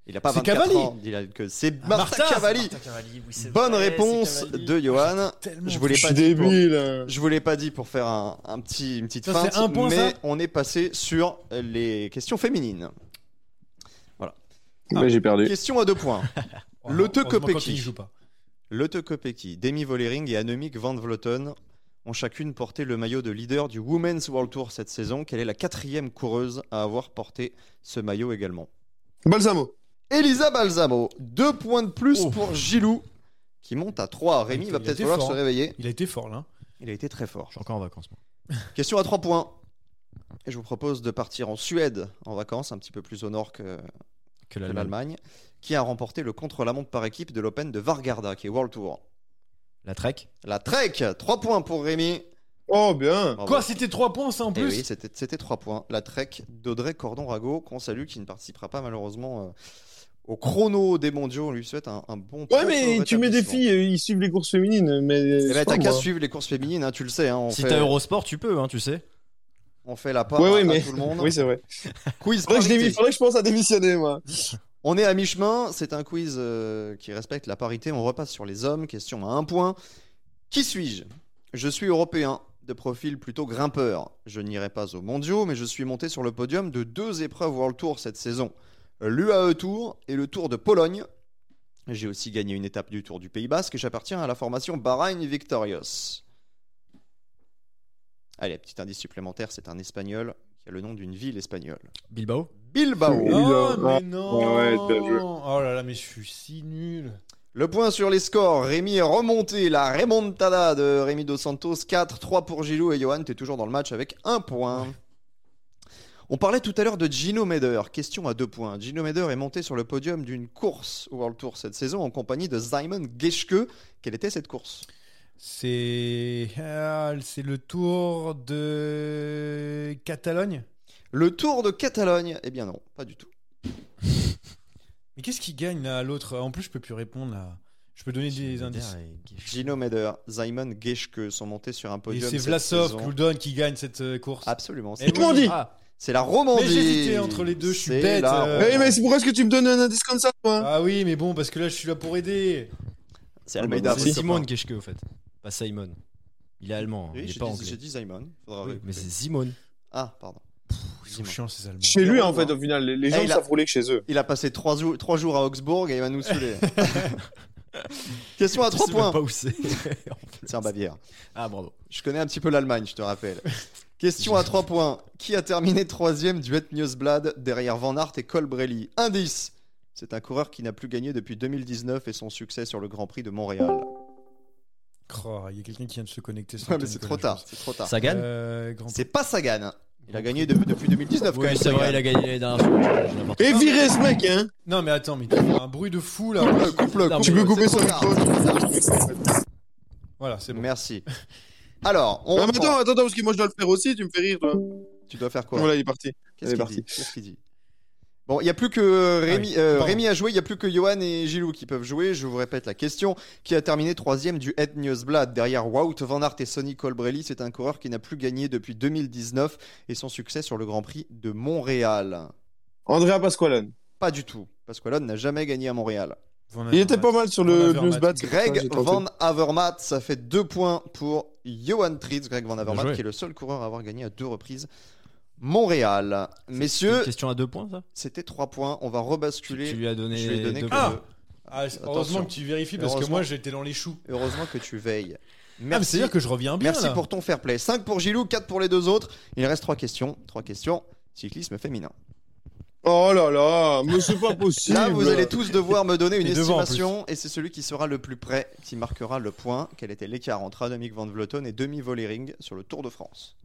Il a pas C'est vingt-quatre Cavalli. ans, Dylan, que c'est Ah, Martin Martin, Cavalli. Martin Cavalli, oui, c'est Bonne vrai, réponse c'est Cavalli. de Johan. Tellement Je vous l'ai Je pas suis dit. Pour... débile. hein. Je vous l'ai pas dit pour faire un, un petit, une petite Ça, feinte, c'est un point, mais ça on est passé sur les questions féminines. Voilà. Mais j'ai perdu. Question à deux points. Oh, Lotte heureusement, Coquille Kopecky. joue pas. Lotte Kopecky, Demi Vollering et Annemiek van Vleuten ont chacune porté le maillot de leader du Women's World Tour cette saison. Quelle est la quatrième coureuse à avoir porté ce maillot également? Balsamo. Elisa Balsamo. Deux points de plus Oh. pour Gilou, qui monte à trois. Rémi Il va a peut-être été falloir fort, se hein. réveiller. Il a été fort là. Il a été très fort. Je suis encore en vacances, moi. Question à trois points. Et je vous propose de partir en Suède en vacances, un petit peu plus au nord que, Que que l'Allemagne. l'Allemagne, qui a remporté le contre-la-montre par équipe de l'Open de Vargarda, qui est World Tour. La Trek. La Trek, trois points pour Rémi. Oh, bien. Bravo. Quoi, c'était trois points ça en Eh plus oui, c'était, c'était trois points. La Trek d'Audrey Cordon-Rago, qu'on salue, qui ne participera pas malheureusement euh, au chrono des mondiaux. On lui souhaite un, un bon Ouais, mais tu mets des filles, euh, ils suivent les courses féminines. Mais Eh ben, t'as pas qu'à moi. suivre les courses féminines, hein, tu le sais. Hein, on Si fait, t'as Eurosport, tu peux, hein, tu sais. on fait la part Ouais, à, ouais, à mais. tout le monde. Oui, c'est vrai. Quiz Faudrait que, je parité. démi- faudrait que je pense à démissionner, moi. On est à mi-chemin, c'est un quiz euh, qui respecte la parité. On repasse sur les hommes. Question à un point. Qui suis-je? Je suis européen, de profil plutôt grimpeur. Je n'irai pas aux mondiaux, mais je suis monté sur le podium de deux épreuves World Tour cette saison. L'U A E Tour et le Tour de Pologne. J'ai aussi gagné une étape du Tour du Pays Basque et j'appartiens à la formation Bahrain Victorious. Allez, petit indice supplémentaire, c'est un espagnol qui a le nom d'une ville espagnole. Bilbao. Bilbao. Oh, mais Ah, non ouais, bien joué. Oh là là, mais je suis si nul. Le point sur les scores, Rémi est remonté, la remontada de Rémi Dos Santos, quatre trois pour Gilou et Johan, t'es toujours dans le match avec un point. On parlait tout à l'heure de Gino Meder, question à deux points. Gino Meder est monté sur le podium d'une course au World Tour cette saison en compagnie de Simon Geschke. Quelle était cette course? C'est ah, c'est le Tour de Catalogne. Le Tour de Catalogne? Eh bien non, pas du tout. Mais qu'est-ce qui gagne là à l'autre? En plus, je peux plus répondre là. Je peux donner des indices. Gino Meder, Simon Geschke sont montés sur un Et podium c'est cette Vlasov, saison. Kloudon qui gagne cette euh, course. Absolument. Et Comment on dit Ah, C'est la Romandie. Mais j'hésitais entre les deux, je suis C'est bête, la euh. Mais, mais c'est pourquoi est-ce que tu me donnes un indice comme ça, toi? ah oui, mais bon, parce que là, je suis là pour aider. C'est Almeida. C'est votre Simon copain. Geschke, au fait. Pas Simon. Il est allemand, hein, Oui, il est j'ai pas dit, anglais. j'ai dit Simon. Faudra Oui, réécouter. mais c'est Simon. Ah, pardon. Ils sont chiants ces Allemands. Chez lui, en Zéro, fait, hein. au final, les, les Eh, gens il ne a- savent rouler que chez eux. Il a passé trois jours, trois jours à Augsbourg et il va nous saouler. Question à Je trois sais même points. pas où c'est. C'est en Bavière. Ah, bravo. Je connais un petit peu l'Allemagne, je te rappelle. Question à trois points. Qui a terminé troisième du Het Nieuwsblad derrière Van Aert et Colbrelli? Indice. C'est un coureur qui n'a plus gagné depuis deux mille dix-neuf et son succès sur le Grand Prix de Montréal. Oh, il y a quelqu'un qui vient de se connecter sur Ouais, mais Antoine c'est Nicolas, trop tard. je pense. C'est trop tard. Sagan. Euh, Grand C'est pas Sagan. Il a gagné de- depuis deux mille dix-neuf quand Oui, même. c'est vrai, il a gagné l'année dernière. J'ai n'importe Et quoi. virez ce mec, hein. Non, mais attends, mais tu fais un bruit de fou là. Coupe-le, coupe-le, Non, Tu coupe-le, peux couper c'est son trop tard. micro. Voilà, c'est bon. Merci. Alors, on Ah, mais reprend. attends, attends, attends, parce que moi je dois le faire aussi, tu me fais rire, toi. Tu dois faire quoi? Voilà, il est parti. Qu'est-ce Elle est qu'il partie. dit Qu'est-ce qu'il dit Bon, il n'y a plus que Rémi, Ah oui, euh, pardon. Rémi a joué, il n'y a plus que Johan et Gilou qui peuvent jouer. Je vous répète la question. Qui a terminé troisième du Het Nieuwsblad derrière Wout van Aert et Sonny Colbrelli? C'est un coureur qui n'a plus gagné depuis deux mille dix-neuf et son succès sur le Grand Prix de Montréal. Andrea Pasqualone. Pas du tout. Pasqualone n'a jamais gagné à Montréal. Van Il était Avermaet. pas mal sur Van le Avermaet. Newsbat. c'est pour ça que Greg j'ai tenté. Van Avermaet, ça fait deux points pour Johan Tritz. Greg Van Avermaet joué. qui est le seul coureur à avoir gagné à deux reprises Montréal. C'est Messieurs, une question à deux points, ça? c'était trois points. On va rebasculer. Tu lui as donné Je lui ai donné deux que points. deux. Ah, c'est- Attention. heureusement que tu vérifies parce que Heureusement. moi j'étais dans les choux. Heureusement que tu veilles. Ah, mais Merci. c'est-à-dire que je reviens bien Merci là. pour ton fair play. cinq pour Gilou, quatre pour les deux autres. Il reste trois questions. Trois questions. Cyclisme féminin. Oh là là, mais c'est pas possible. Là, vous allez tous devoir me donner une Et devant, en estimation. Et c'est celui qui sera le plus près qui marquera le point. Quel était l'écart entre Annemiek van Vleuten et Demi Vollering sur le Tour de France?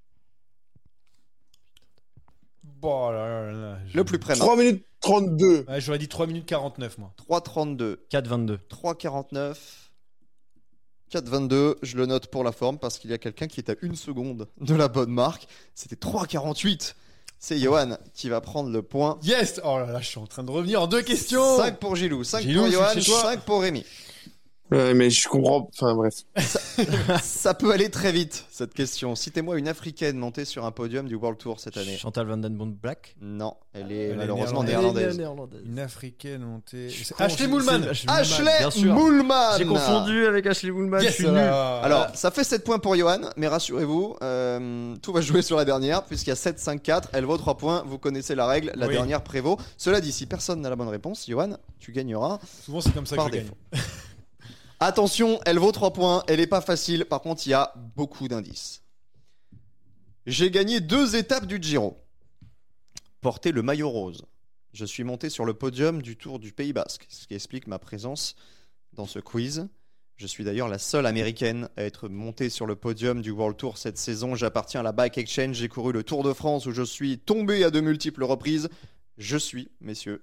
Bon, là, là, là, je- Le plus près. trois minutes trente-deux. Ouais, j'aurais dit trois minutes quarante-neuf moi. trois trente-deux. quatre vingt-deux. trois quarante-neuf. quatre vingt-deux. Je le note pour la forme parce qu'il y a quelqu'un qui est à une seconde de la bonne marque. C'était trois quarante-huit. C'est Johan qui va prendre le point. Yes. Oh là là, je suis en train de revenir en deux questions. cinq pour Gilou, cinq Gilou, pour je Johan, suis chez toi. cinq pour Rémi. Ouais, mais je comprends. Enfin, bref. Ça, ça peut aller très vite, cette question. Citez-moi une africaine montée sur un podium du World Tour cette année. Chantal Van Den Black. Non, elle est Elle malheureusement est néerlandaise. néerlandaise. Une africaine montée. Je suis con, Ashley c'est- Moolman. c'est- Ashley bien sûr. Moolman. J'ai confondu avec Ashley Moolman. Yes, je suis nul. alors. Alors, ça fait sept points pour Johan, mais rassurez-vous, euh, tout va jouer sur la dernière, puisqu'il y a sept, cinq, quatre. Elle vaut trois points, vous connaissez la règle, la Oui. dernière prévaut. Cela dit, si personne n'a la bonne réponse, Johan, tu gagneras. Souvent, c'est comme ça Par que je gagne. défaut. Attention, elle vaut trois points, elle est pas facile, par contre, il y a beaucoup d'indices. J'ai gagné deux étapes du Giro. Porté le maillot rose. Je suis monté sur le podium du Tour du Pays Basque, ce qui explique ma présence dans ce quiz. Je suis d'ailleurs la seule américaine à être montée sur le podium du World Tour cette saison. J'appartiens à la Bike Exchange, j'ai couru le Tour de France où je suis tombé à de multiples reprises. Je suis, messieurs,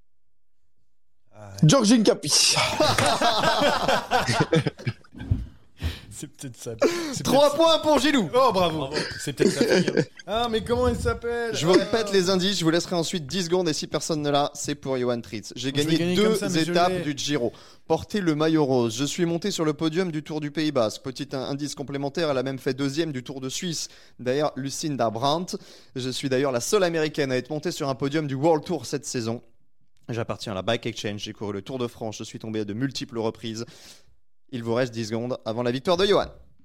Georgine Capi. C'est peut-être ça. C'est trois peut-être points pour Gilou. ça. Oh, bravo. C'est peut-être sa fille. hein. Ah, mais comment elle s'appelle Je vous répète les indices, je vous laisserai ensuite dix secondes et si personne ne l'a, c'est pour Johan Tritz. J'ai Je vais gagné gagner deux comme ça, mais je étapes l'ai. du Giro. Porté le maillot rose. Je suis monté sur le podium du Tour du Pays Basque. Petit in- indice complémentaire, elle a même fait deuxième du Tour de Suisse. D'ailleurs, Lucinda Brandt. Je suis d'ailleurs la seule américaine à être montée sur un podium du World Tour cette saison. J'appartiens à la Bike Exchange, j'ai couru le Tour de France, je suis tombé à de multiples reprises. Il vous reste dix secondes avant la victoire de Johan.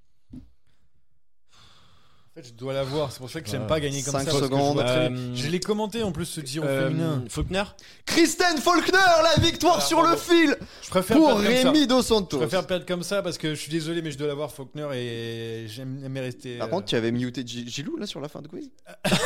En fait, je dois l'avoir. C'est pour ça que j'aime Euh, pas gagner comme cinq ça. parce que secondes. Je, vois très bien. Euh, Je l'ai commenté en plus ce Giro Euh, féminin. Faulkner. Kristen Faulkner, la victoire Ah, sur bravo. le fil Je préfère pour perdre comme ça. Rémi Dos Je Santos. préfère perdre comme ça parce que je suis désolé, mais je dois l'avoir Faulkner et j'aime aimer rester. Par euh, contre, tu avais muté G- Gilou là sur la fin de quiz.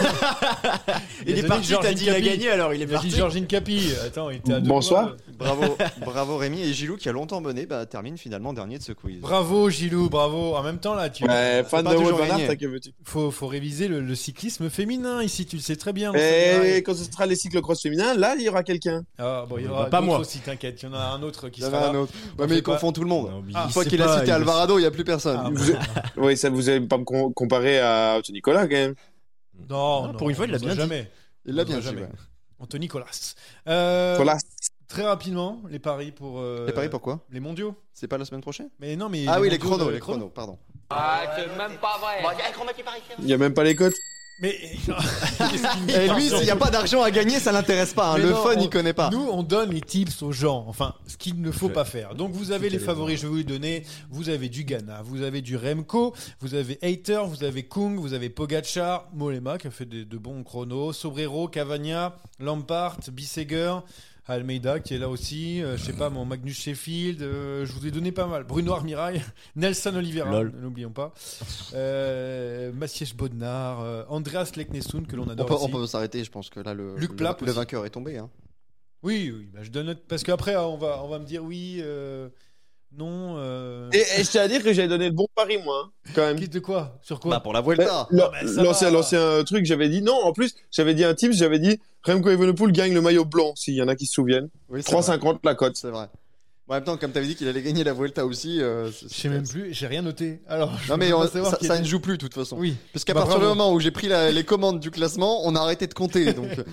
Il, a est donné parti, t'as Georgine dit il a Capi. gagné alors il est Il a dit parti. Georgine Capi. Attends, il était à deux Bonsoir. doigts. Bravo, bravo Rémi et Gilou qui a longtemps mené, bah, termine finalement dernier de ce quiz. Bravo Gilou, bravo. En même temps là, tu Ouais, fan pas de toujours Wout van gagné. Aert, t'as que veux-tu. faut, faut réviser le, le cyclisme féminin ici, tu le sais très bien. dans ce Et rail. quand ce sera les cyclocross féminins, là, il y aura quelqu'un. Ah, bon, il y Bah, aura pas d'autres moi. aussi, t'inquiète. Il y en a un autre qui Il y en sera a un là. autre. On Ouais, mais fait il pas- confond tout le monde. Non, mais Ah, Une il fois sait qu'il a pas, cité il- Alvarado, il n'y a plus personne. Ah, Vous- Oui, ça vous allez pas me com- comparer à Anthony Nicolas quand même. Non, Ah, non, pour une fois, il l'a on bien oserait dit. jamais. Il l'a On bien oserait dit. jamais. ouais. Anthony Colas. Euh, Voilà. Très rapidement, les paris pour. euh, Les paris pourquoi Les mondiaux. C'est pas la semaine prochaine Mais non, mais. Ah oui, les mondiaux chronos, de- les chronos, pardon. Ah, c'est même pas vrai. Il y a même pas les cotes. Mais. Qu'est-ce qu'il me Et parle lui, sur- s'il n'y a pas d'argent à gagner, ça l'intéresse pas. hein. Mais Le non, fun, on- il connaît pas. Nous, on donne les tips aux gens. Enfin, ce qu'il ne faut Je- pas faire. Donc, vous avez Tout les est favoris, je vais vous les donner. Vous avez du Ghana, vous avez du Remco, vous avez Hater, vous avez Kung, vous avez Pogacar, Mollema qui a fait de, de bons chronos, Sobrero, Cavagna, Lampard, Bisseger, Almeida qui est là aussi. euh, je sais pas, mon Magnus Sheffield. euh, je vous ai donné pas mal. Bruno Armirail, Nelson Oliveira, Lol. n'oublions pas. Euh, Maciej Bodnar, euh, Andreas Leknesund que l'on On adore peut, aussi. on peut s'arrêter, je pense que là, le, Luc le- Plapp le aussi. vainqueur est tombé. Hein. Oui, oui, bah je donne notre- parce qu'après on va on va me dire oui, euh, non. Euh... Et, et je tiens à dire que j'avais donné le bon pari, moi, hein, quand même. Qui de quoi Sur quoi Bah, pour la Mais Vuelta. l'an- Ah, bah, ça L'ancien va. l'ancien truc, j'avais dit non. En plus, j'avais dit un tips, j'avais dit Remco Evenepoel gagne le maillot blanc, s'il y en a qui se souviennent. Oui, c'est trois vrai. cinquante la cote. C'est vrai. Bon, en même temps, comme tu avais dit qu'il allait gagner la Vuelta aussi. euh, c'est- Je sais même plus, j'ai rien noté. Alors, je Non, mais peux on- pas savoir ça, qui ça était- ne joue plus, de toute façon. Oui. Parce qu'à Bah, partir bravo. du moment où j'ai pris la- les commandes du classement, on a arrêté de compter. Donc, euh,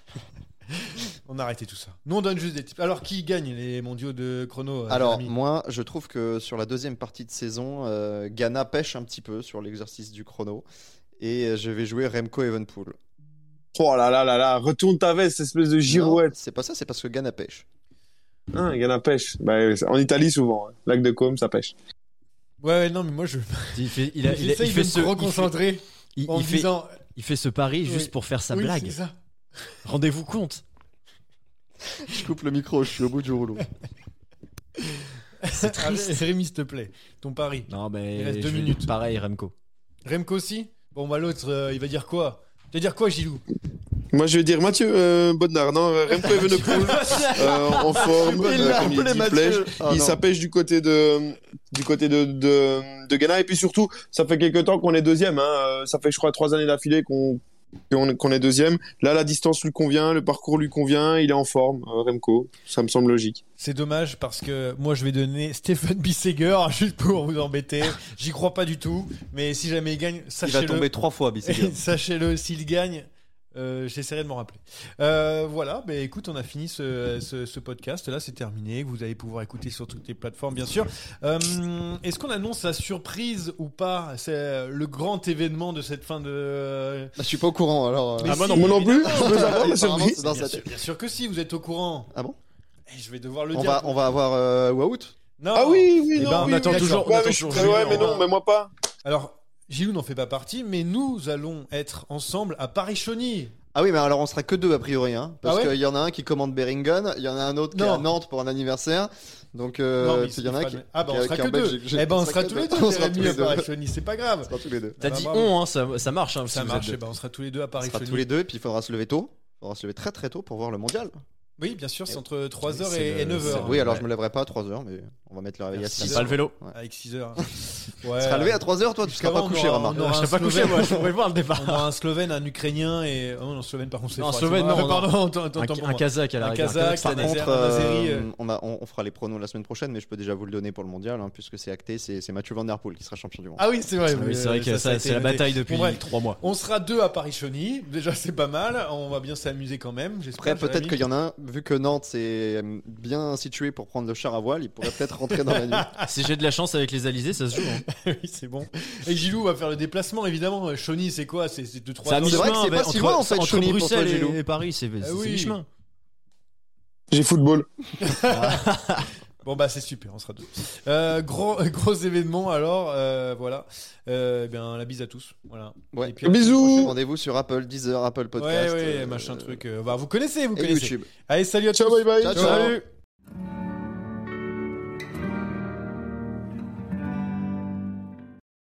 On a arrêté tout ça. Nous on donne juste des tips. Alors qui gagne les mondiaux de chrono euh, alors, Jérémy moi, je trouve que sur la deuxième partie de saison, euh, Ghana pêche un petit peu sur l'exercice du chrono. Et euh, je vais jouer Remco Evenepoel. Oh là là là là, retourne ta veste, espèce de Non, girouette. c'est pas ça, c'est parce que Ghana pêche. Hein, il y en a pêche. Bah, c'est en Italie souvent. hein. Lac de Côme, ça pêche. Ouais, ouais, non mais moi je. Il fait, il a, il a- J'essaye il de fait me ce, il fait- reconcentrer il- en il me fait- disant. il fait ce pari juste Oui. pour faire sa Oui, blague. c'est ça. Rendez-vous compte. Je coupe le micro, je suis au bout du rouleau. C'est triste. Rémi, s'il te plaît, ton pari. Non, mais Il reste deux je vais- minutes. Pareil, Remco. Remco aussi. Bon bah l'autre, euh, il va dire quoi Tu vas dire quoi, Gilou Moi, je vais dire Mathieu euh, Bodnar. Non, euh, Remco Evenepoel euh, en forme. Il euh, l'a comme il appelé dit, Mathieu. Plège. Ah, il non. s'appêche du côté de du côté de, de de Ghana et puis surtout, ça fait quelques temps qu'on est deuxième. Hein. Euh, Ça fait, je crois, trois années d'affilée qu'on qu'on qu'on est deuxième. Là, la distance lui convient, le parcours lui convient, il est en forme. euh, Remco, ça me semble logique. C'est dommage parce que moi je vais donner Stephen Bisseger juste pour vous embêter. J'y crois pas du tout, mais si jamais il gagne, Il sachez-le. va tomber trois fois, Bissegger. Sachez-le, s'il gagne, Euh, j'essaierai de m'en rappeler. Euh, voilà, bah, écoute, on a fini ce, ce, ce podcast. Là, c'est terminé. Vous allez pouvoir écouter sur toutes les plateformes, bien sûr. Euh, est-ce qu'on annonce la surprise ou pas? C'est le grand événement de cette fin de. Bah, je suis pas au courant. Alors. Mais Ah, si, moi non, moi non plus. Je veux savoir la Apparemment, surprise. c'est dans Bien sa sûr, tête. bien sûr que si, vous êtes au courant. Ah bon? Et je vais devoir le On dire. va, on va avoir euh, Wout. Non. Ah oui, oui, Eh non, ben, oui, on attend oui, toujours. Ouais, on attend mais je suis toujours très- ouais, Gilou, mais on non, va- mais moi pas. Alors, Gilou n'en fait pas partie, mais nous allons être ensemble à Paris-Chauny. Ah oui, mais alors on sera que deux a priori, hein, parce Ah ouais qu'il y en a un qui commande Beringen, il y en a un autre qui est Non. à Nantes pour un anniversaire. Donc euh, Non, mais il y en a un qui, Ah bah qui- on sera qui est que en deux. Belgique. Eh ben on sera que tous deux. les deux. On sera Jérémy, tous les à deux. Paris-Chauny, c'est pas grave. On sera tous les deux. T'as Ah bah, dit bravo. on, hein, ça, ça marche. Hein, si Ça vous marche. êtes Eh deux. ben on sera tous les deux à On sera Paris-Chauny. tous les deux, et puis il faudra se lever tôt. Il faudra se lever très très tôt pour voir le mondial. Oui, bien sûr, c'est entre trois heures c'est et, le- et neuf heures. c'est- Oui, alors ouais. je me lèverai pas à trois heures, mais on va mettre le réveil à Merci. six. Pas le vélo. Ouais. Avec six heures. Tu Ouais. seras levé à trois heures, toi, tu seras pas Parce qu'avant, couché, on aura- remarque. on aura Je un serais pas couché, Slovène. moi, je pourrais voir le départ. On aura un Slovène, un Ukrainien et. Oh non, Slovène, par contre, c'est Non, fort, Slovène, c'est bon. non, Pardon, non. attends, attends, Un, attends pour un moi. Kazakh à la Un rigueur. Kazakh, Par un contre, Azer- un Azéri, euh, euh, on, a- on, on fera les pronos la semaine prochaine, mais je peux déjà vous le donner pour le mondial, hein, puisque c'est acté, c'est c'est Mathieu Van Der Poel qui sera champion du monde. Ah oui, c'est vrai. Ah oui, mais, c'est vrai euh, que a ça, été c'est la noté. bataille depuis Bon, bref, trois mois. on sera deux à Paris-Chauny. Déjà, c'est pas mal. On va bien s'amuser quand même. J'espère. Après, peut-être Jérémy. qu'il y en a un, vu que Nantes est euh, bien situé pour prendre le char à voile, il pourrait peut-être rentrer dans la nuit. Si j'ai de la chance avec les Alizés, ça se joue. hein. Oui, c'est bon. Et Gilou va faire le déplacement, évidemment. Chauny, c'est quoi? C'est deux trois C'est à heures. C'est vrai que mi-chemin c'est pas avec- si entre- loin, en fait, entre Chauny, pour toi, Bruxelles Gilou. et, et Paris, c'est Ah c'est oui. mi-chemin. J'ai football. Bon bah c'est super, on sera deux. Euh, gros gros événement alors, euh, voilà. Euh, eh bien la bise à tous, voilà. Ouais. Et puis, à la Bisous. semaine prochaine. Rendez-vous sur Apple, Deezer, Apple Ouais Podcast. ouais, euh, machin truc. euh, bah vous connaissez, vous et connaissez. YouTube. Allez salut à Ciao, tous. bye bye. Ciao, Salut. ciao.